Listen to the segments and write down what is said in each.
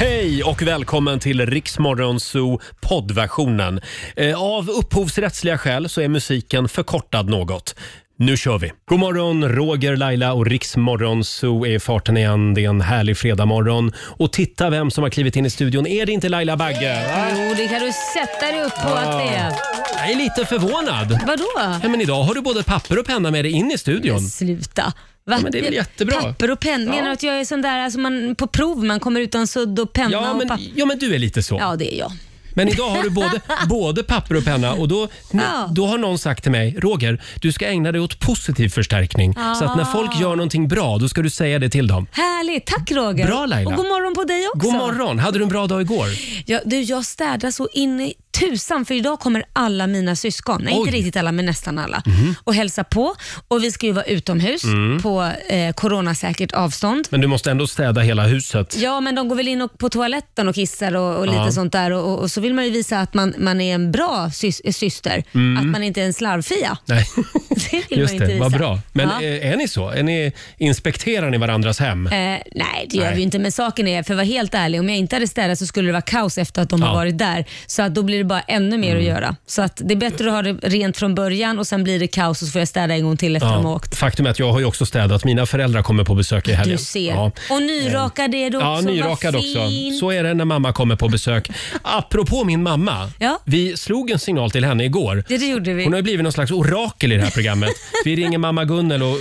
Hej och välkommen till Rix Morgon Zoo poddversionen. Av upphovsrättsliga skäl så är musiken förkortad något. Nu kör vi. God morgon, Roger, Laila och Rix Morgon Zoo är farten igen. Det är en härlig fredagmorgon. Och titta vem som har klivit in i studion. Är det inte Laila Bagge? Jo, det kan du sätta dig upp på att det är. Jag är lite förvånad. Vadå? Ja, men idag har du både papper och penna med dig in i studion. Men sluta. Va? Ja, men det är väl jättebra. Papper och penna, menar att jag är sån där alltså på prov, man kommer utan sudd och penna och papper. Ja, men du är lite så. Ja, det är jag. Men idag har du både papper och penna och då har någon sagt till mig, Roger, du ska ägna dig åt positiv förstärkning. Så att när folk gör någonting bra, då ska du säga det till dem. Härligt, tack Roger. Bra Laila. Och god morgon på dig också. God morgon, hade du en bra dag igår? Ja, jag städar så in i tusan, för idag kommer alla mina syskon, nej inte riktigt alla men nästan alla, och hälsa på. Och vi ska ju vara utomhus på coronasäkert avstånd. Men du måste ändå städa hela huset. Ja, men de går väl in på toaletten och kissar och lite sånt där. Och så vill man ju visa att man är en bra syster. Att man inte är en slarvfia. Nej. Det vill just man inte det, visa. vad bra. Men är ni så? Inspekterar ni varandras hem? Nej, det gör vi inte. Men saken är, för att vara helt ärlig, om jag inte hade städat så skulle det vara kaos efter att de har varit där. Så att då blir det bara ännu mer att göra. Så att det är bättre att ha det rent från början och sen blir det kaos och så får jag städa en gång till efter de har åkt. Faktum är att jag har ju också städat. Mina föräldrar kommer på besök i helgen. Du ser. Och nyrakad är det också. Ja, nyrakad också. Så är det när mamma kommer på besök. Apropå min mamma. Ja. Vi slog en signal till henne igår. Det gjorde vi. Hon har ju blivit någon slags orakel i det här programmet. Vi ringer mamma Gunnel och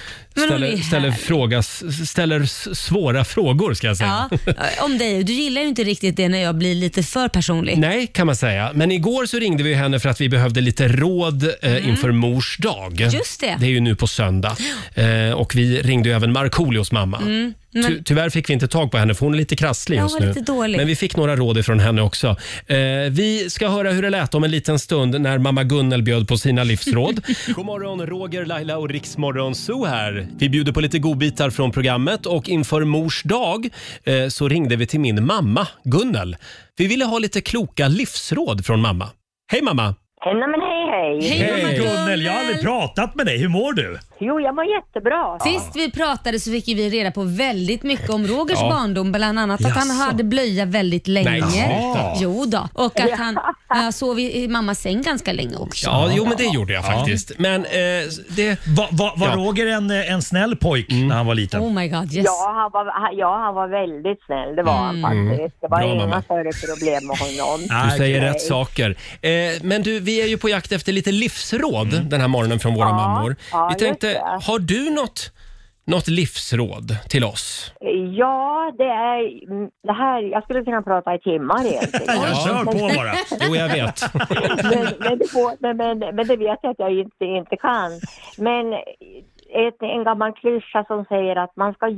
ställer svåra frågor, ska jag säga. Ja, om dig. Du gillar ju inte riktigt det när jag blir lite för personlig. Nej, kan man säga. Men igår så ringde vi henne för att vi behövde lite råd inför mors dag. Just det. Det är ju nu på söndag. Och vi ringde ju även Markoolios mamma. Tyvärr fick vi inte tag på henne för hon är lite krasslig just nu. Lite dålig. Men vi fick några råd ifrån henne också. Vi ska höra hur det lät om en liten stund när mamma Gunnel bjöd på sina livsråd. God morgon, Roger, Laila och Rix Morgon Zoo här. Vi bjuder på lite godbitar från programmet och inför mors dag så ringde vi till min mamma Gunnel. Vi ville ha lite kloka livsråd från mamma. Hej mamma! Nej, men hej. Hej Gunnel, jag har aldrig pratat med dig. Hur mår du? Jo, jag mår jättebra. Sist vi pratade så fick vi reda på väldigt mycket om Rogers barndom. Bland annat att han hade blöja väldigt länge. Jo då. Och att han sov i mammas säng ganska länge också. Ja, jo men det gjorde jag faktiskt. Men Var Roger en snäll pojk när han var liten? Oh my god, yes. Ja, han var väldigt snäll. Det var han faktiskt. Det var inga större problem med honom. Du säger rätt saker. Men du, vi är ju på jakt efter lite livsråd den här morgonen från våra mammor. Vi tänkte, har du något livsråd till oss? Ja, det här, jag skulle kunna prata i timmar egentligen. Kör på bara. Jo, jag vet. men det vet jag att jag inte kan. Men en gammal klyscha som säger att man ska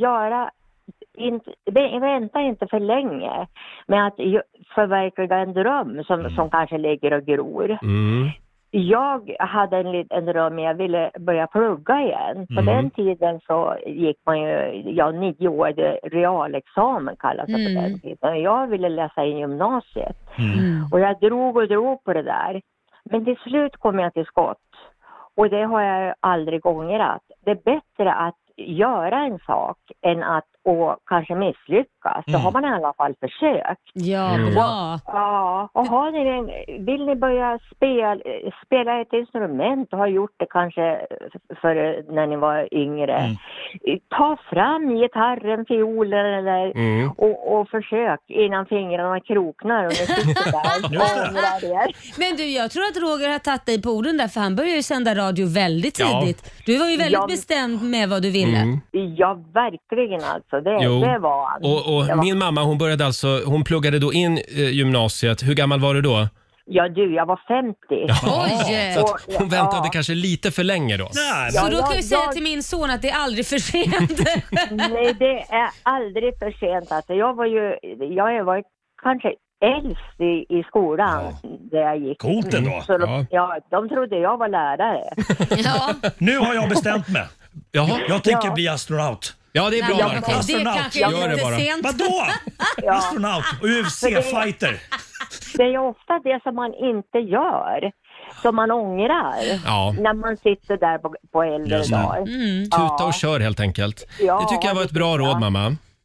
vänta inte för länge med att förverkliga en dröm som kanske ligger och gror. Jag hade en dröm, jag ville börja plugga igen. På den tiden så gick man ju 9 år, realexamen kallas det på den tiden. Jag ville läsa in gymnasiet. Och jag drog på det där. Men till slut kom jag till skott. Och det har jag aldrig ångrat. Det är bättre att göra en sak än att kanske misslyckas. Då har man i alla fall försökt. Ja, bra. Ja, och vill ni börja spela ett instrument och har gjort det kanske för när ni var yngre. Ta fram gitarren, fiolen och försök innan fingrarna kroknar och ni sitter där. Men du, jag tror att Roger har tagit dig på orden där, för han började ju sända radio väldigt tidigt. Du var ju väldigt bestämd med vad du ville. Ja, verkligen alltså. Det var han. Och min mamma, hon pluggade då in gymnasiet. Hur gammal var du då? Ja du, jag var 50. Så att hon väntade kanske lite för länge då. Nej, så då kan jag säga till min son att det är aldrig för sent. Nej, det är aldrig för sent. Alltså, jag var kanske äldst i skolan där jag gick. Coolt ändå. Så de trodde jag var lärare. Nu har jag bestämt mig. Jag tänker bli astronaut. Ja, det är bra. Det kanske är lite sent. Vadå? Astronaut och UFC-fighter. Det är ofta det som man inte gör, som man ångrar när man sitter där på äldre dagar. Tuta och kör helt enkelt. Det tycker jag var ett bra råd, mamma.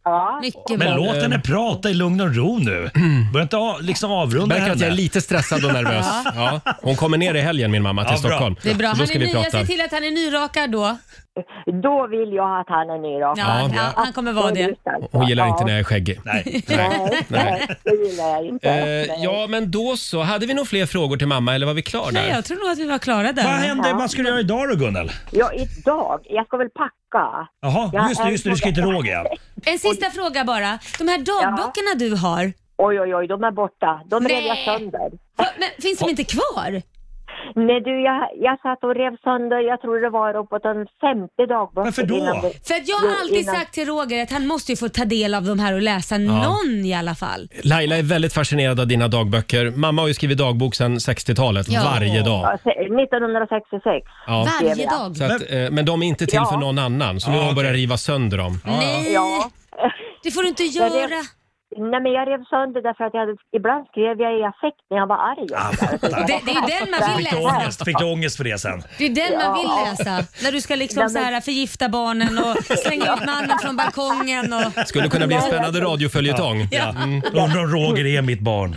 Ja. Mycket Men bra. låt henne prata i lugn och ro nu. Börja inte avrunda Märker att jag är henne. lite stressad och nervös. Ja. Hon kommer ner i helgen, min mamma, till Ja, bra. Stockholm. Det är bra. Så då ska vi Jag prata. ser till att han är nyrakad då. Då vill jag att han är nyrakad. Ja, han kommer vara det. Hon gillar inte när jag är skäggig. Nej. Nej, det gillar jag inte. Ja, men då så. Hade vi nog fler frågor till mamma eller var vi klara Nej, där? jag tror nog att vi var klara där. Vad hände? Vad ska du göra idag då, Gunnel? Ja, idag. Jag ska väl packa. Jaha, just det. Du ska inte Roger. Ja. En sista fråga bara. De här dagböckerna du har, Oj, de är borta. De rev jag Nej. sönder. men finns de inte kvar? Nej du, jag satt och rev sönder, jag tror det var uppåt en 50 dagböcker. Varför då? För att jag har alltid sagt till Roger att han måste ju få ta del av de här och läsa någon i alla fall. Laila är väldigt fascinerad av dina dagböcker. Mamma har ju skrivit dagbok sedan 60-talet, varje dag. Ja, 1966. Ja. Varje dag. Så att, men de är inte till för någon annan, så nu har hon börjat riva sönder dem. Nej, Ja. det får du inte göra. Nej, men jag rev sönder därför att ibland skrev jag i affekt när jag var arg. Det är den man vill läsa. Fick du ångest för det sen? Det är den man vill läsa. När du ska liksom så här förgifta barnen och slänga ut mannen från balkongen. Och... Skulle kunna bli en spännande radioföljetong. Ja. Undrar om Roger är mitt barn.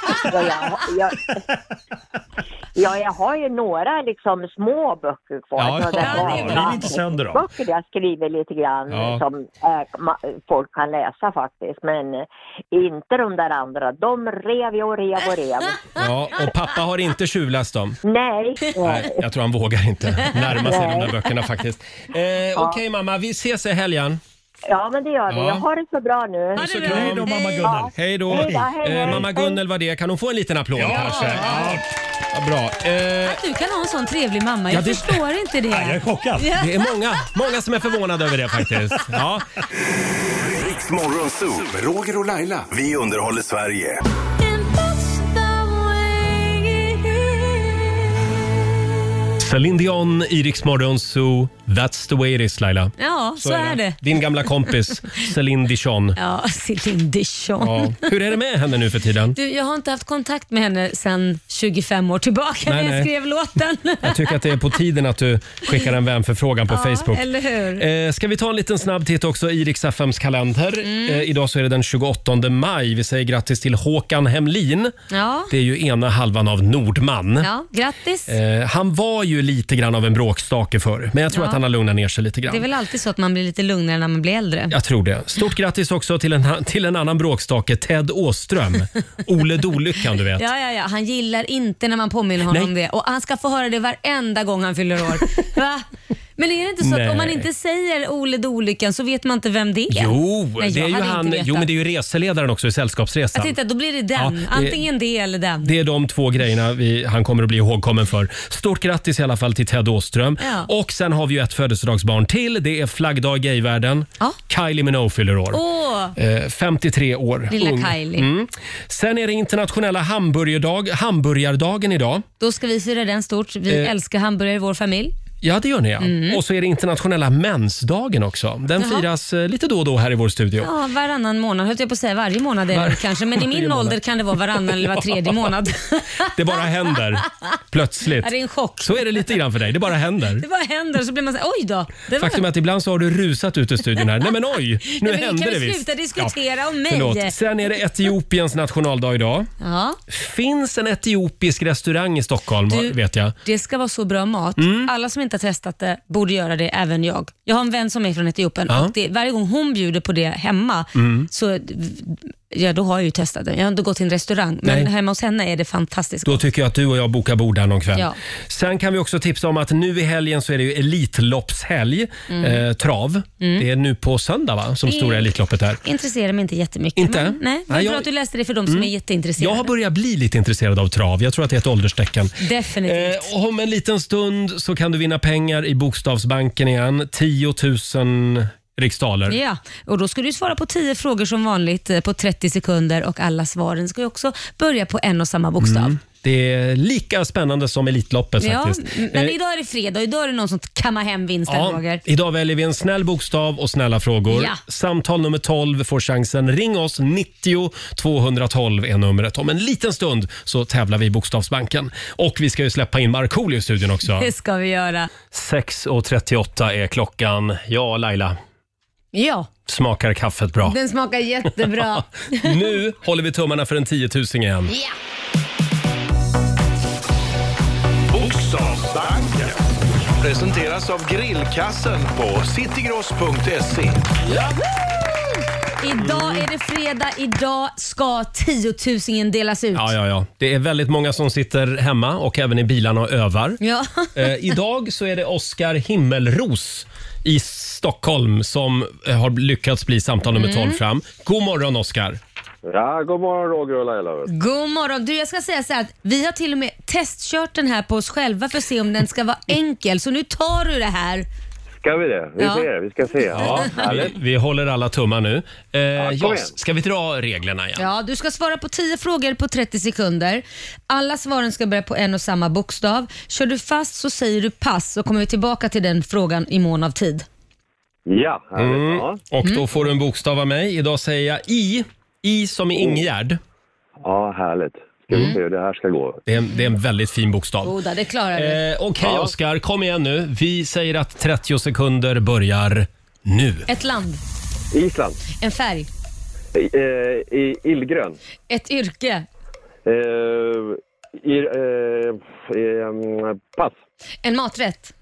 Jag har ju några liksom små böcker kvar. Ja, Så det var riv inte sönder dem. böcker jag skriver lite grann som folk kan läsa faktiskt. Men inte de där andra. De rev jag och rev. Ja, och pappa har inte tjuvläst dem. Nej. Nej, jag tror han vågar inte närma sig de där böckerna faktiskt. Okej, mamma, vi ses i helgen. Ja, men det gör vi. Ja. Jag har det så bra nu. Ha det bra. Hej då, mamma Gunnel. Hej då. Hej. Mamma Gunnel var det. Kan hon få en liten applåd kanske? Ja, bra. Att du kan ha en sån trevlig mamma. Jag förstår inte det. Jag är chockad. Det är många som är förvånade över det faktiskt. Ja. Riks Morgonzoo med Roger och Laila. Vi underhåller Sverige. Celine Dion i Riks Morgonzoo. That's the way it is, Laila. Ja, så är det. Din gamla kompis Celine Dion. Ja, Celine Dion. Ja. Hur är det med henne nu för tiden? Du, jag har inte haft kontakt med henne sedan 25 år tillbaka när jag skrev låten. Jag tycker att det är på tiden att du skickar en vänförfrågan på Facebook. Eller hur? Ska vi ta en liten snabb titt också i Rix FMs kalender. Idag så är det den 28 maj. Vi säger grattis till Håkan Hemlin. Ja. Det är ju ena halvan av Nordman. Ja, grattis. Han var ju lite grann av en bråkstake förr, men jag tror att han har lugnat ner sig lite grann. Det är väl alltid så att man blir lite lugnare när man blir äldre. Jag tror det. Stort grattis också till en annan bråkstake, Ted Åström. Ole Dolyckan, du vet. Ja. Han gillar inte när man påminner honom om det. Och han ska få höra det varenda gång han fyller år. Va? Men är det inte så att om man inte säger Ole Dolyckan så vet man inte vem det är? Jo, Nej, det är ju han. Jo, men det är ju reseledaren också i Sällskapsresan. Jag tänkte att då blir det den. Antingen det eller den. Det är de två grejerna han kommer att bli ihågkommen för. Stort grattis i alla fall till Ted Åström. Ja. Och sen har vi ju ett födelsedagsbarn till. Det är flaggdag i gayvärlden. Ja. Kylie Minogue fyller år. 53 år. Lilla ung. Kylie. Sen är det internationella hamburgardagen idag. Då ska vi fira den stort. Vi älskar hamburgare i vår familj. Ja, det gör ni. Ja. Och så är det internationella mensdagen också. Den firas lite då och då här i vår studio. Ja, varannan månad. Höll jag på att säga varje månad är det kanske. Men i min ålder kan det vara varannan eller var tredje månad. Det bara händer. Plötsligt. Ja, det är en chock. Så är det lite grann för dig. Det bara händer. Det bara händer så blir man så här, oj då. Faktum är att ibland så har du rusat ut i studion här. Nej men oj, nu Nej, händer det visst. Kan vi visst. sluta diskutera om mig? Förlåt. Sen är det Etiopiens nationaldag idag. Ja. Finns en etiopisk restaurang i Stockholm, vet jag. Det ska vara så bra mat. Alla som inte har testat det borde göra det, även jag. Jag har en vän som är från Etiopien och varje gång hon bjuder på det hemma så då har jag ju testat det. Jag har inte gått till en restaurang, men hemma hos henne är det fantastiskt. Då tycker jag att du och jag bokar bord där någon kväll. Ja. Sen kan vi också tipsa om att nu i helgen så är det ju Elitloppshelg, trav. Det är nu på söndag va, som stora Elitloppet är. Intresserar mig inte jättemycket. Inte? Men, nej, det är bra att du läste det för de som är jätteintresserade. Jag har börjat bli lite intresserad av trav. Jag tror att det är ett ålderstecken. Definitivt. Och om en liten stund så kan du vinna pengar i Bokstavsbanken igen. 10 000 riksdaler. Ja, och då ska du svara på 10 frågor som vanligt på 30 sekunder och alla svaren ska ju också börja på en och samma bokstav. Det är lika spännande som Elitloppet faktiskt. Men idag är det fredag, idag är det någon som kammar hem vinsten, Roger. Idag väljer vi en snäll bokstav och snälla frågor. Ja. Samtal nummer 12 får chansen. Ring oss, 90 212 är numret. Om en liten stund så tävlar vi i Bokstavsbanken. Och vi ska ju släppa in Markoolio i studion också. Det ska vi göra. 6:38 är klockan. Ja, Laila. Ja. Smakar kaffet bra? Den smakar jättebra. Nu håller vi tummarna för en 10 000 igen. Ja. Bokstavsbanken presenteras av Grillkassen på citygross.se. Idag är det fredag. Idag ska 10 000 delas ut. Ja. Det är väldigt många som sitter hemma och även i bilarna och övar. Ja. Idag så är det Oskar Himmelros i Stockholm som har lyckats bli samtal nummer 12 fram. God morgon, Oskar. Ja, god morgon Roger och Laila. God morgon. Du, jag ska säga så här att vi har till och med testkört den här på oss själva för att se om den ska vara enkel. Så nu tar du det här. Ska vi det? Vi ska se. Ja, vi håller alla tummar nu. Ska vi dra reglerna igen? Ja, du ska svara på 10 frågor på 30 sekunder. Alla svaren ska börja på en och samma bokstav. Kör du fast så säger du pass så kommer vi tillbaka till den frågan i mån av tid. Ja, härligt. Och då får du en bokstav av mig. Idag säger jag I. I som i Ingegärd. Ja, härligt. Ska vi se hur det här ska gå. Det är en väldigt fin bokstav. Goda, det klarar du. Okej, Oskar, kom igen nu. Vi säger att 30 sekunder börjar nu. Ett land. Island. En färg. Illgrön. Ett yrke. Pass. En maträtt.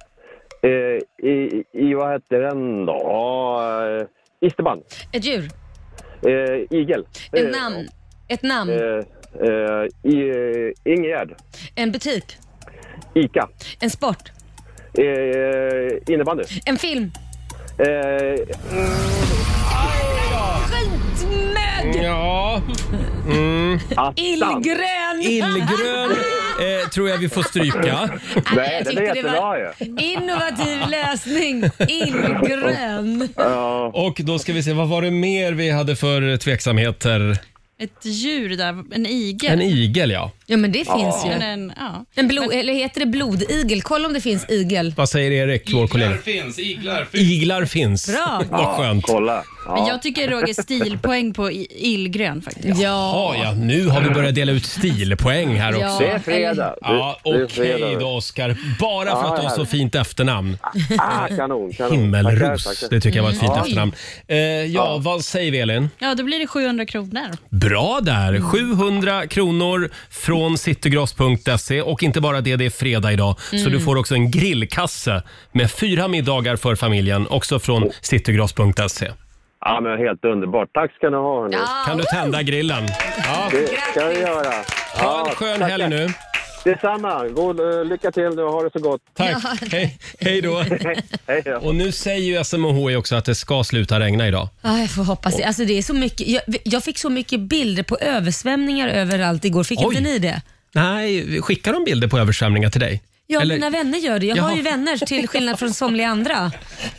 Vad heter den då? Isterband. Ett djur. Igel. Ett namn. Ingegärd. En butik. Ica. En sport. Innebandy. En film. Skitmög! Ja. Illgrön tror jag vi får stryka. Nej, det är jättebra ju. Innovativ lösning. Illgrön. Och då ska vi se, vad var det mer vi hade för tveksamheter? Ett djur där, en igel. En igel, ja. Ja, men det finns ju. Eller heter det blodigel? Kolla om det finns igel. Vad säger Erik, vår kollega? Iglar finns. Bra. Vad skönt. Kolla. Men jag tycker Roger stilpoäng på illgrön faktiskt. Ja, nu har vi börjat dela ut stilpoäng här också. Det är fredag. Okej då, Oskar. Bara för att du har så fint efternamn. Kanon. Himmelros, Tackar. det tycker jag var ett fint efternamn. Vad säger vi, Elin? Ja, då blir det 700 kronor. Bra där. 700 kronor från citygross.se och inte bara det är fredag idag. Så du får också en grillkasse med 4 middagar för familjen, också från citygross.se. Ja, men helt underbart. Tack ska ni ha. Ja. Kan du tända grillen? Ja. Det ska vi göra. Ha en skön helg nu. Detsamma. Lycka till nu. Ha det så gott. Tack. Hej då. Hej då. Och nu säger ju SMHI också att det ska sluta regna idag. Ja, jag får hoppas. Alltså, det är så mycket. Jag fick så mycket bilder på översvämningar överallt igår. Fick inte ni det? Nej, skickar de bilder på översvämningar till dig? Ja, mina vänner gör det. Jag har ju vänner till skillnad från somliga andra.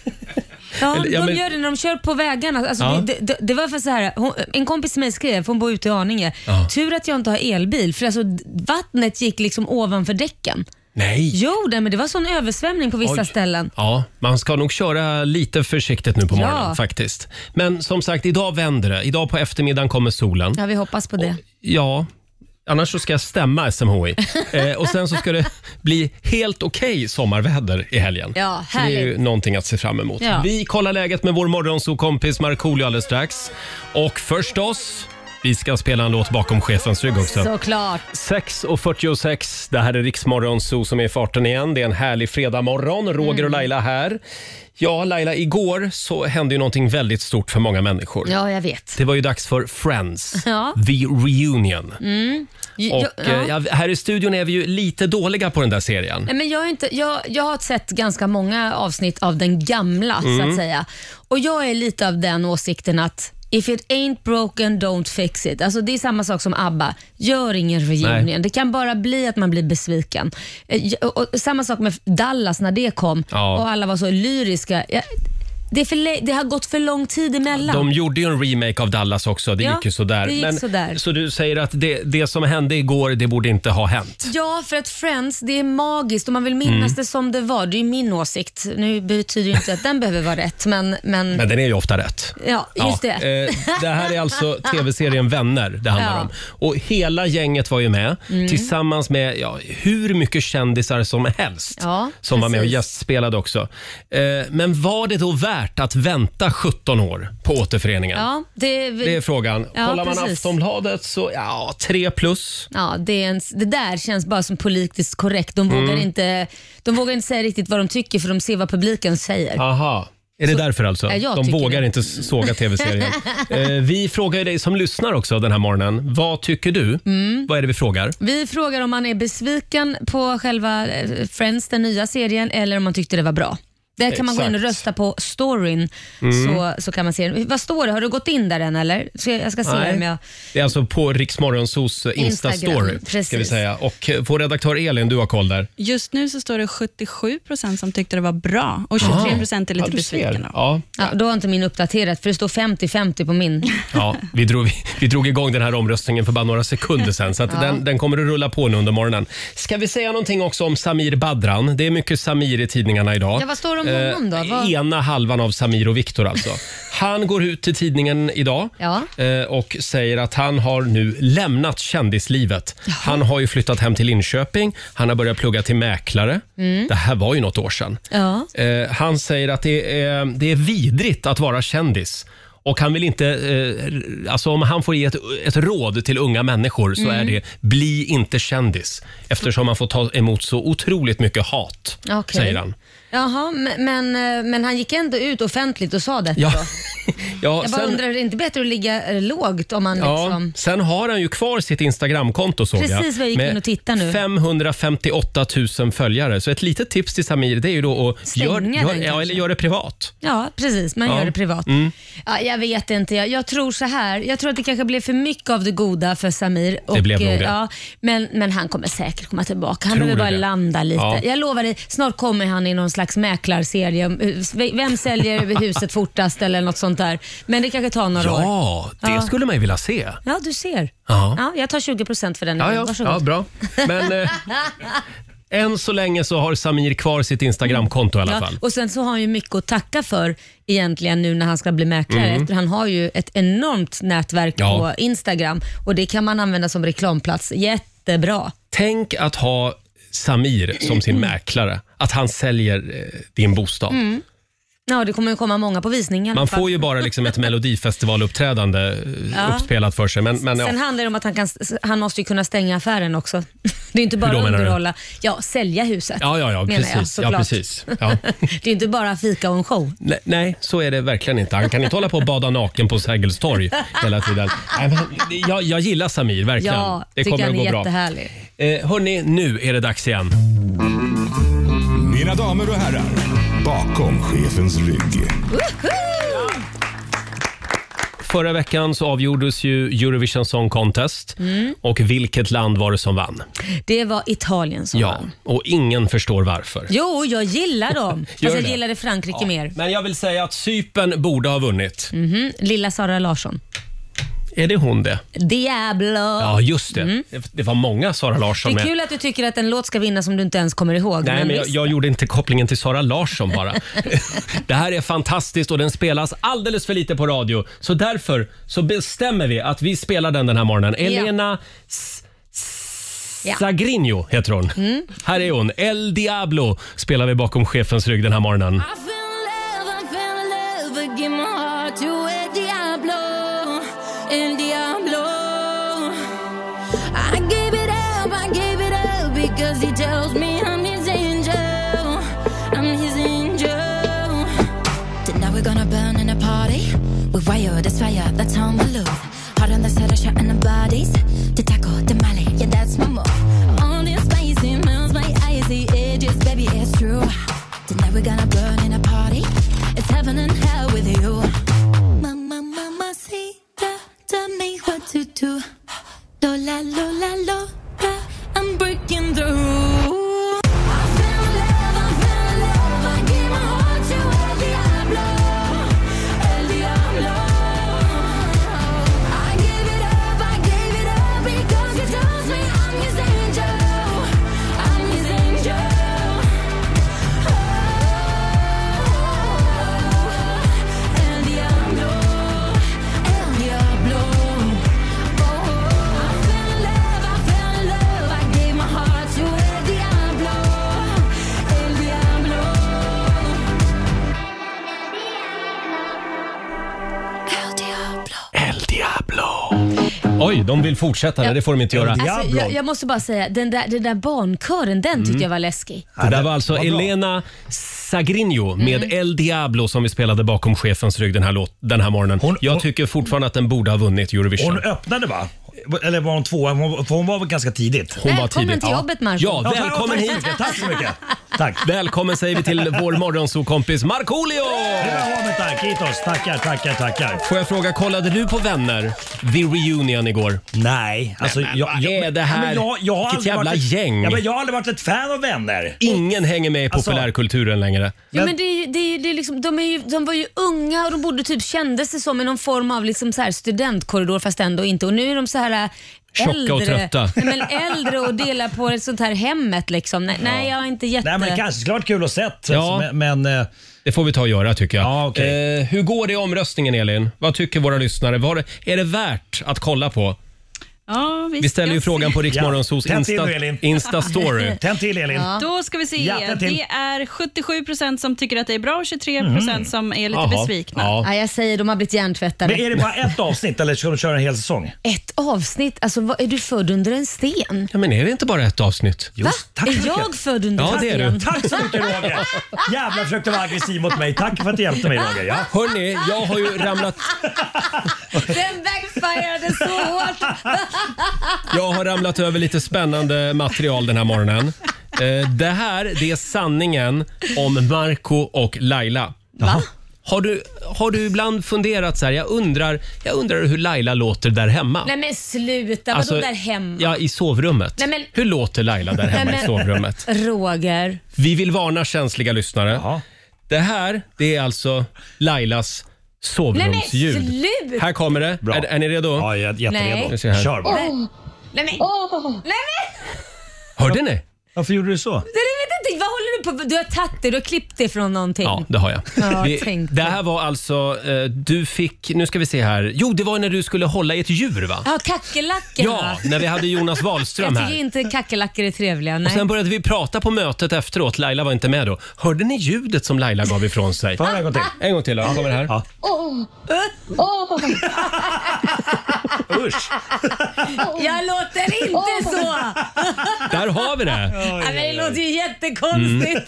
Ja, de gör det när de kör på vägarna. Alltså, det var för så här, en kompis med mig skrev, hon bor ute i Arninge. Tur att jag inte har elbil, för alltså, vattnet gick liksom ovanför däcken. Nej. Jo, men det var sån översvämning på vissa ställen. Ja, man ska nog köra lite försiktigt nu på morgonen faktiskt. Men som sagt, idag vänder det. Idag på eftermiddagen kommer solen. Ja, vi hoppas på det. Annars så ska jag stämma SMHI. Och sen så ska det bli helt okej sommarväder i helgen. Ja, så det är ju någonting att se fram emot. Ja. Vi kollar läget med vår morgonsokompis Markoolio alldeles strax. Och förstås, vi ska spela en låt bakom chefens rygg också. Såklart. 6:46, det här är Riksmorgonso som är i farten igen. Det är en härlig fredagmorgon. Roger och Laila här. Ja, Laila, igår så hände ju någonting väldigt stort för många människor. Ja, jag vet. Det var ju dags för Friends, The Reunion. Och här i studion är vi ju lite dåliga på den där serien. Nej, men jag har sett ganska många avsnitt av den gamla, så att säga. Och jag är lite av den åsikten att if it ain't broken, don't fix it. Alltså det är samma sak som ABBA. Gör ingen reunion. Nej. Det kan bara bli att man blir besviken. Och samma sak med Dallas när det kom. Och alla var så lyriska. Det har gått för lång tid emellan. De gjorde ju en remake av Dallas också. Det gick ju sådär. Det gick sådär. Så du säger att det som hände igår, det borde inte ha hänt? Ja, för att Friends, det är magiskt och man vill minnas det som det var. Det är min åsikt. Nu betyder det inte att den behöver vara rätt. Men den är ju ofta rätt. Ja, just det. Det här är alltså tv-serien Vänner det handlar om. Och hela gänget var ju med tillsammans med hur mycket kändisar som helst som var med och gästspelade också. Men var det då värt värt att vänta 17 år på återföreningen? Ja, det är frågan. Ja, Kollar man precis. Aftonbladet så 3+. Ja, det där känns bara som politiskt korrekt. De vågar inte säga riktigt vad de tycker för de ser vad publiken säger. Aha. Är det därför alltså? De vågar inte såga tv-serien. Vi frågar dig som lyssnar också den här morgonen. Vad tycker du? Vad är det vi frågar? Vi frågar om man är besviken på själva Friends, den nya serien, eller om man tyckte det var bra. Där kan man gå in och rösta på storyn, så kan man se. Vad står det? Har du gått in där än eller? Så jag ska se om jag... Det är alltså på Riksmorgonsos Insta-story, ska vi säga. Och vår redaktör Elin, du har koll där. Just nu så står det 77% som tyckte det var bra och 23% är lite besvikna. Ja, då har inte min uppdaterat, för det står 50-50 på min. Ja, vi drog igång den här omröstningen för bara några sekunder sedan, så att den kommer att rulla på nu under morgonen. Ska vi säga någonting också om Samir Badran? Det är mycket Samir i tidningarna idag. Ja, vad står det om honom då? Ena halvan av Samir och Viktor alltså. Han går ut till tidningen idag och säger att han har nu lämnat kändislivet. Jaha. Han har ju flyttat hem till Linköping. Han har börjat plugga till mäklare. Det här var ju något år sedan. Ja. Han säger att det är vidrigt att vara kändis. Och han vill inte, alltså om han får ge ett råd till unga människor så är det: bli inte kändis. Eftersom man får ta emot så otroligt mycket hat, säger han. Jaha, men han gick ändå ut offentligt och sa detta då? Ja, jag bara undrar, är det inte bättre att ligga lågt om man liksom... Sen har han ju kvar sitt Instagramkonto, såg jag. Precis vad jag gick in och titta nu. 558 000 följare. Så ett litet tips till Samir, det är ju då att gör det privat. Ja, precis. Man gör det privat. Ja, jag vet inte. Jag tror så här. Jag tror att det kanske blev för mycket av det goda för Samir. Det blev nog det. Ja, men han kommer säkert komma tillbaka. Han behöver bara landa lite. Ja. Jag lovar dig, snart kommer han i någon slags mäklarserie. Vem säljer huset fortast eller något sånt där. Men det kanske tar några år. Ja, det skulle man ju vilja se. Ja, du ser. Ja. Ja, jag tar 20% för den. Ja, bra. Men än så länge så har Samir kvar sitt Instagramkonto i alla fall. Och sen så har han ju mycket att tacka för egentligen nu när han ska bli mäklare. Han har ju ett enormt nätverk på Instagram och det kan man använda som reklamplats. Jättebra. Tänk att ha Samir som sin mäklare. Att han säljer din bostad. Ja, det kommer ju komma många på visningen. Man får ju bara liksom ett melodifestivaluppträdande uppspelat för sig. Men sen handlar det om att han måste ju kunna stänga affären också. Det är inte bara att underhålla. Ja, sälja huset. Ja, precis. Ja. Det är inte bara fika och en show. Nej, så är det verkligen inte. Han kan inte hålla på och bada naken på Sergels torg hela tiden. Jag gillar Samir, verkligen. Ja, det kommer att gå bra. Jättehärlig. Hörrni, nu är det dags igen. Mina damer och herrar, bakom chefens rygg. Förra veckan så avgjordes ju Eurovision Song Contest. Och vilket land var det som vann? Det var Italien som vann. Och ingen förstår varför. Jo, jag gillar dem. Fast jag gillade Frankrike mer. Men jag vill säga att Cypern borde ha vunnit. Lilla Sara Larsson. Är det hon det? Diablo. Ja, just det. Det var många Sara Larsson med. Det är kul att du tycker att en låt ska vinna som du inte ens kommer ihåg. Nej, men jag gjorde inte kopplingen till Sara Larsson bara. Det här är fantastiskt och den spelas alldeles för lite på radio. Så därför så bestämmer vi att vi spelar den här morgonen. Elena Sagrinho heter hon. Här är hon. El Diablo spelar vi bakom chefens rygg den här morgonen. El Diablo, I gave it up because he tells me I'm his angel, Tonight we're gonna burn in a party with wire, that's fire, that's how my love. Hard on the side, shot in the bodies to tackle the Mali, yeah that's my move. All this spicy melts my icy edges, baby it's true. Tonight we're gonna burn in a party, it's heaven and hell with you. Mama, see. Tell me what to do. Lola, Lola, Lola, I'm breaking the rules. I fell in love, I gave my heart to El Diablo, El Diablo. I gave it up because he tells me I'm his angel. Oj, de vill fortsätta. Det får de inte göra. Alltså, jag måste bara säga, den där barnkören, den tyckte jag var läskig. Det där var alltså Elena Sagrinho med El Diablo som vi spelade bakom chefens rygg den här morgonen. Jag tycker fortfarande att den borde ha vunnit Eurovision. Hon öppnade, va? Eller var hon tvåa? Hon var väl ganska tidigt. Välkommen till jobbet, Marco. Ja, välkommen hit. Tack så mycket. Tack. Välkommen säger vi till vår morgonsokompis Markoolio! Tack, Kitos. Tackar. Får jag fråga, kollade du på Vänner vid reunion igår? Nej. Alltså, vad är det här? Vilket jävla gäng. Ja, men jag har aldrig varit ett fan av Vänner. Ingen hänger med i populärkulturen längre. Ja, men det är liksom, de var ju unga och de borde typ kände sig som i någon form av liksom så här studentkorridor fast ändå inte. Och nu är de så här tjocka och trötta. Men äldre och delar på ett sånt här hemmet liksom. Nej, jag är inte jätte... Nej, men kanske klart kul att sett. Ja. Men det får vi ta och göra tycker jag. Ja, okay. Hur går det i omröstningen, Elin? Vad tycker våra lyssnare? Är det värt att kolla på? Ja, vi ställer ju frågan på Riksmorgonsos Insta-story. Tänd till, Elin. Ja. Då ska vi se. Det är 77% som tycker att det är bra och 23% som är lite besvikna. Ja, jag säger de har blivit hjärntvättade. Men är det bara ett avsnitt eller ska de köra en hel säsong? Ett avsnitt? Alltså, är du född under en sten? Ja, men är det inte bara ett avsnitt? Va? Är jag född under en sten? Ja, det är du. Tack så mycket, Roger. Jävlar, försökte vara aggressiv mot mig. Tack för att du hjälpte mig, Roger. Ja. Hörrni, jag har ju ramlat... Den backfirade så hårt. Jag har ramlat över lite spännande material den här morgonen. Det är sanningen om Marco och Laila. Va? Har du ibland funderat så här? Jag undrar hur Laila låter där hemma. Nej men sluta, alltså, vadå där hemma? Ja, i sovrummet. Nej, men... Hur låter Laila där hemma i sovrummet? Roger. Vi vill varna känsliga lyssnare. Jaha. Det är alltså Lailas sovrumsljud. Nej men sluta! Här kommer det. Är ni redo? Ja, jag är jätteredo. Nej. Kör bara. Nej men... Hörde ni? Varför gjorde du så? Jag vet inte, vad håller du på? Du har tagit det, du har klippt det från någonting. Ja, det har jag. Ja, det här var alltså, du fick, nu ska vi se här. Jo, det var när du skulle hålla i ett djur, va? Ja, kackerlackorna. Ja, när vi hade Jonas Wahlström här. Jag tycker inte kackerlackor är trevliga. Nej. Och sen började vi prata på mötet efteråt. Laila var inte med då. Hörde ni ljudet som Laila gav ifrån sig? Får jag en gång till? En gång till då, kommer det här. Ja. Usch. Jag låter inte så. Där har vi det. Ja, men det låter ju jättekonstigt.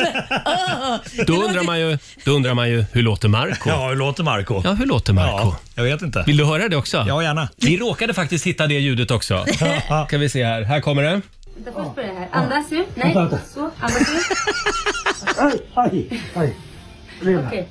Då undrar man ju, hur låter Marco? Ja, hur låter Marco? Ja, hur låter Marco? Ja, jag vet inte. Vill du höra det också? Ja, gärna. Vi råkade faktiskt hitta det ljudet också. Ska vi se här. Här kommer det. Först på det här. Andas ut. Nej, så. Andas ut. Aj. Okej.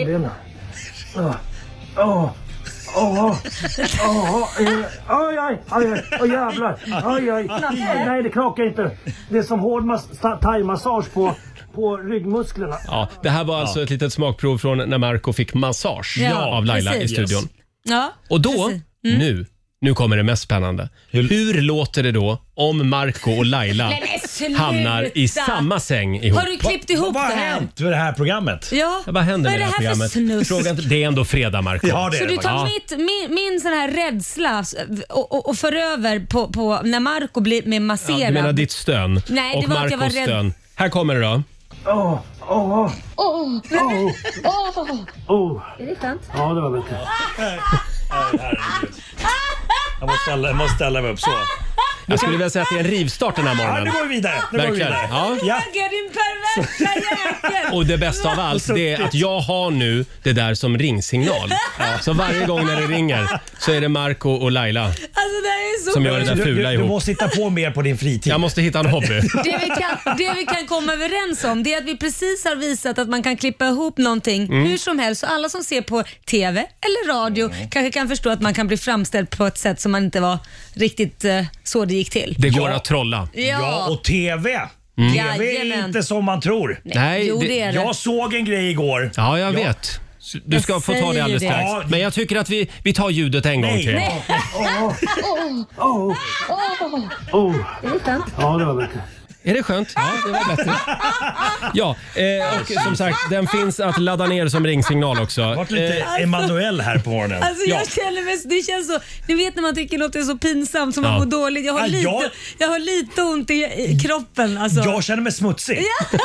Aj, jävlar. Aj. Nej, det knakar inte. Det är som hård thai-massage på ryggmusklerna. Ja, det här var alltså ett litet smakprov från när Marco fick massage av Laila i studion. Ja, och då, nu kommer det mest spännande. Hur låter det då om Marco och Laila hamnar i samma säng ihop? Har du klippt ihop det här? Vad har hänt med det här programmet? Ja. Vad händer med det här programmet? Fråga inte, det är ändå fredag, Marco. Ja, det är så det du tar min sån här rädsla och för över på när Marco blir med masserad. Ja, du menar ditt stön. Nej, och det var att jag var Marcos rädd. stön. Här kommer det då. Är det sant? Ja, det var bättre. Jag måste ställa mig upp så. Jag skulle vilja säga att det är en rivstart den här Ja, morgonen. nu går vi vidare. Verkligen. Ja. Din perversa jäkel! Och det bästa av allt det är att jag har nu det där som ringsignal. Så varje gång när det ringer så är det Marco och Laila Alltså det är så som gör det där fula ihop. Du måste hitta på mer på din fritid. Jag måste hitta en hobby. Det vi kan komma överens om det är att vi precis har visat att man kan klippa ihop någonting hur som helst. Så alla som ser på TV eller radio kanske kan förstå att man kan bli framställd på ett sätt som man inte var riktigt så det gick till. Det går att trolla. Ja, och TV. TV är inte som man tror. Nej, Jo, det är det. Jag såg en grej igår. Ja, jag vet. Du ska få ta det alldeles strax. Ja. Men jag tycker att vi tar ljudet en gång till. Är det sant? Ja, det var bättre. Är det skönt? Ja, det var bättre. Ja, och som sagt, den finns att ladda ner som ringsignal också. Vart lite Emanuel här på morgonen. Alltså jag känner mig, det känns så, ni vet när man tycker något är så pinsamt som man mår dåligt. Jag har lite ont i kroppen. Alltså. Jag känner mig smutsig.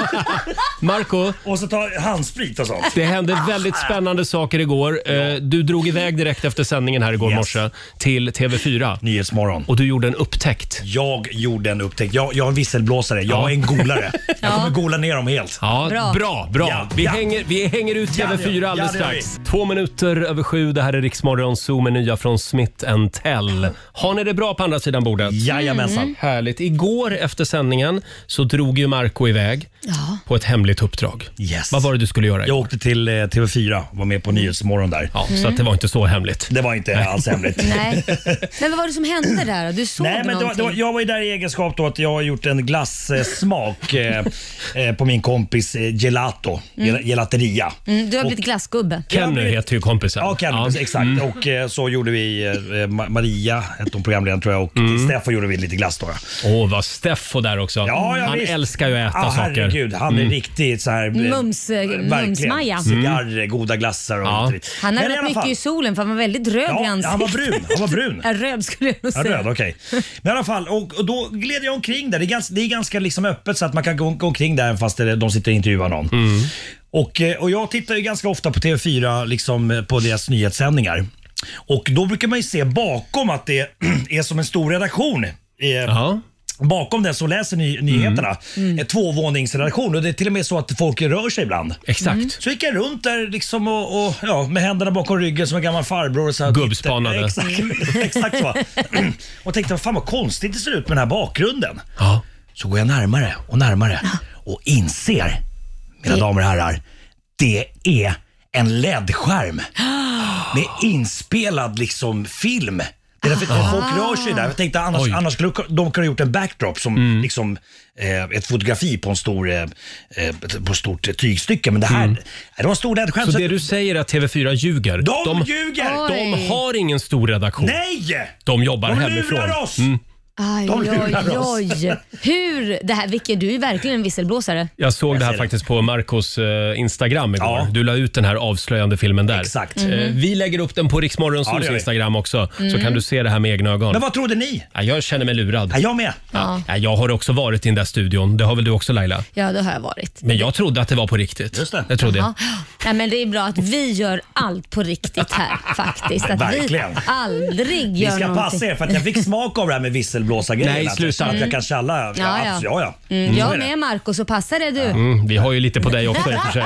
Marco. Och så tar handsprit och sånt. Det hände väldigt spännande saker igår. Du drog iväg direkt efter sändningen här igår morse till TV4. Nyhetsmorgon. Och du gjorde en upptäckt. Jag gjorde en upptäckt. Jag är en visselblåsare. Jag är en golare. Jag kommer gola ner dem helt. Ja, bra. Ja, vi hänger ut TV4 alldeles strax. 2:02 Det här är Riksmorgon Zoo med nya från Smith & Tell. Har ni det bra på andra sidan bordet? Jajamensan. Härligt. Igår efter sändningen så drog ju Marco iväg på ett hemligt uppdrag. Yes. Vad var det du skulle göra? Jag åkte till TV4 och var med på Nyhetsmorgon där. Ja, så att det var inte så hemligt. Det var inte alls hemligt. Nej. Men vad var det som hände där? Du såg någonting? Jag var ju där i egenskap då att jag har gjort en glassmak på min kompis Gelato. Gelateria. Du har blivit glassgubbe. Kenny heter ju kompisen. Ja, Kenny, exakt. Och så gjorde vi Maria, hette hon programledaren tror jag, och Steffo gjorde vi lite glass då. Vad Steffo där också. Han älskar ju att äta saker. Herregud, han är riktigt så här mumsmaja. Cigarrer, goda glassar och Han har varit mycket i solen för han var väldigt röd i ansiktet. Han var brun. Röd skulle jag nog säga. Röd, okej. Men i alla fall, och då gled jag omkring där. Det är ganska liksom öppet så att man kan gå omkring där fast de sitter och intervjuar någon. Och jag tittar ju ganska ofta på TV4 liksom på deras nyhetssändningar. Och då brukar man ju se bakom att det är som en stor redaktion. Bakom den så läser nyheterna. En tvåvåningsredaktion och det är till och med så att folk rör sig ibland. Exakt. Så gick jag runt där liksom och med händerna bakom ryggen som en gammal farbror. Och så gubbspanade. Exakt så. Och tänkte, fan vad konstigt det ser ut med den här bakgrunden. Ja. Så går jag närmare och närmare och inser, mina damer och herrar, det är en LED-skärm med inspelad liksom film. Det är därför folk rör sig där. Jag tänkte annars skulle de kunna gjort en backdrop som liksom ett fotografi på en på stort tygstycke. Men det här det var en stor LED-skärm. Så det du säger är att TV4 ljuger? De ljuger! De har ingen stor redaktion. Nej! De jobbar hemifrån. De lurar oss! Oj. Du är verkligen en visselblåsare. Jag såg det här faktiskt på Marcos Instagram igår. Ja. Du la ut den här avslöjande filmen där. Exakt. Vi lägger upp den på Riksmorgonsols Instagram också. Så kan du se det här med egna ögon. Men vad trodde ni? Ja, jag känner mig lurad. Ja, jag med. Ja, jag har också varit i den där studion. Det har väl du också, Laila? Ja, det har jag varit. Men jag trodde att det var på riktigt. Just det. Jag trodde det. Ja, men det är bra att vi gör allt på riktigt här faktiskt. Att verkligen. Vi aldrig gör någonting. Vi ska passa er för att jag fick smak av det här med visselblåsargrejerna. Nej, sluta. Att jag kan tjalla. Jag med Marco, så passar det du. Vi har ju lite på dig också i och för sig.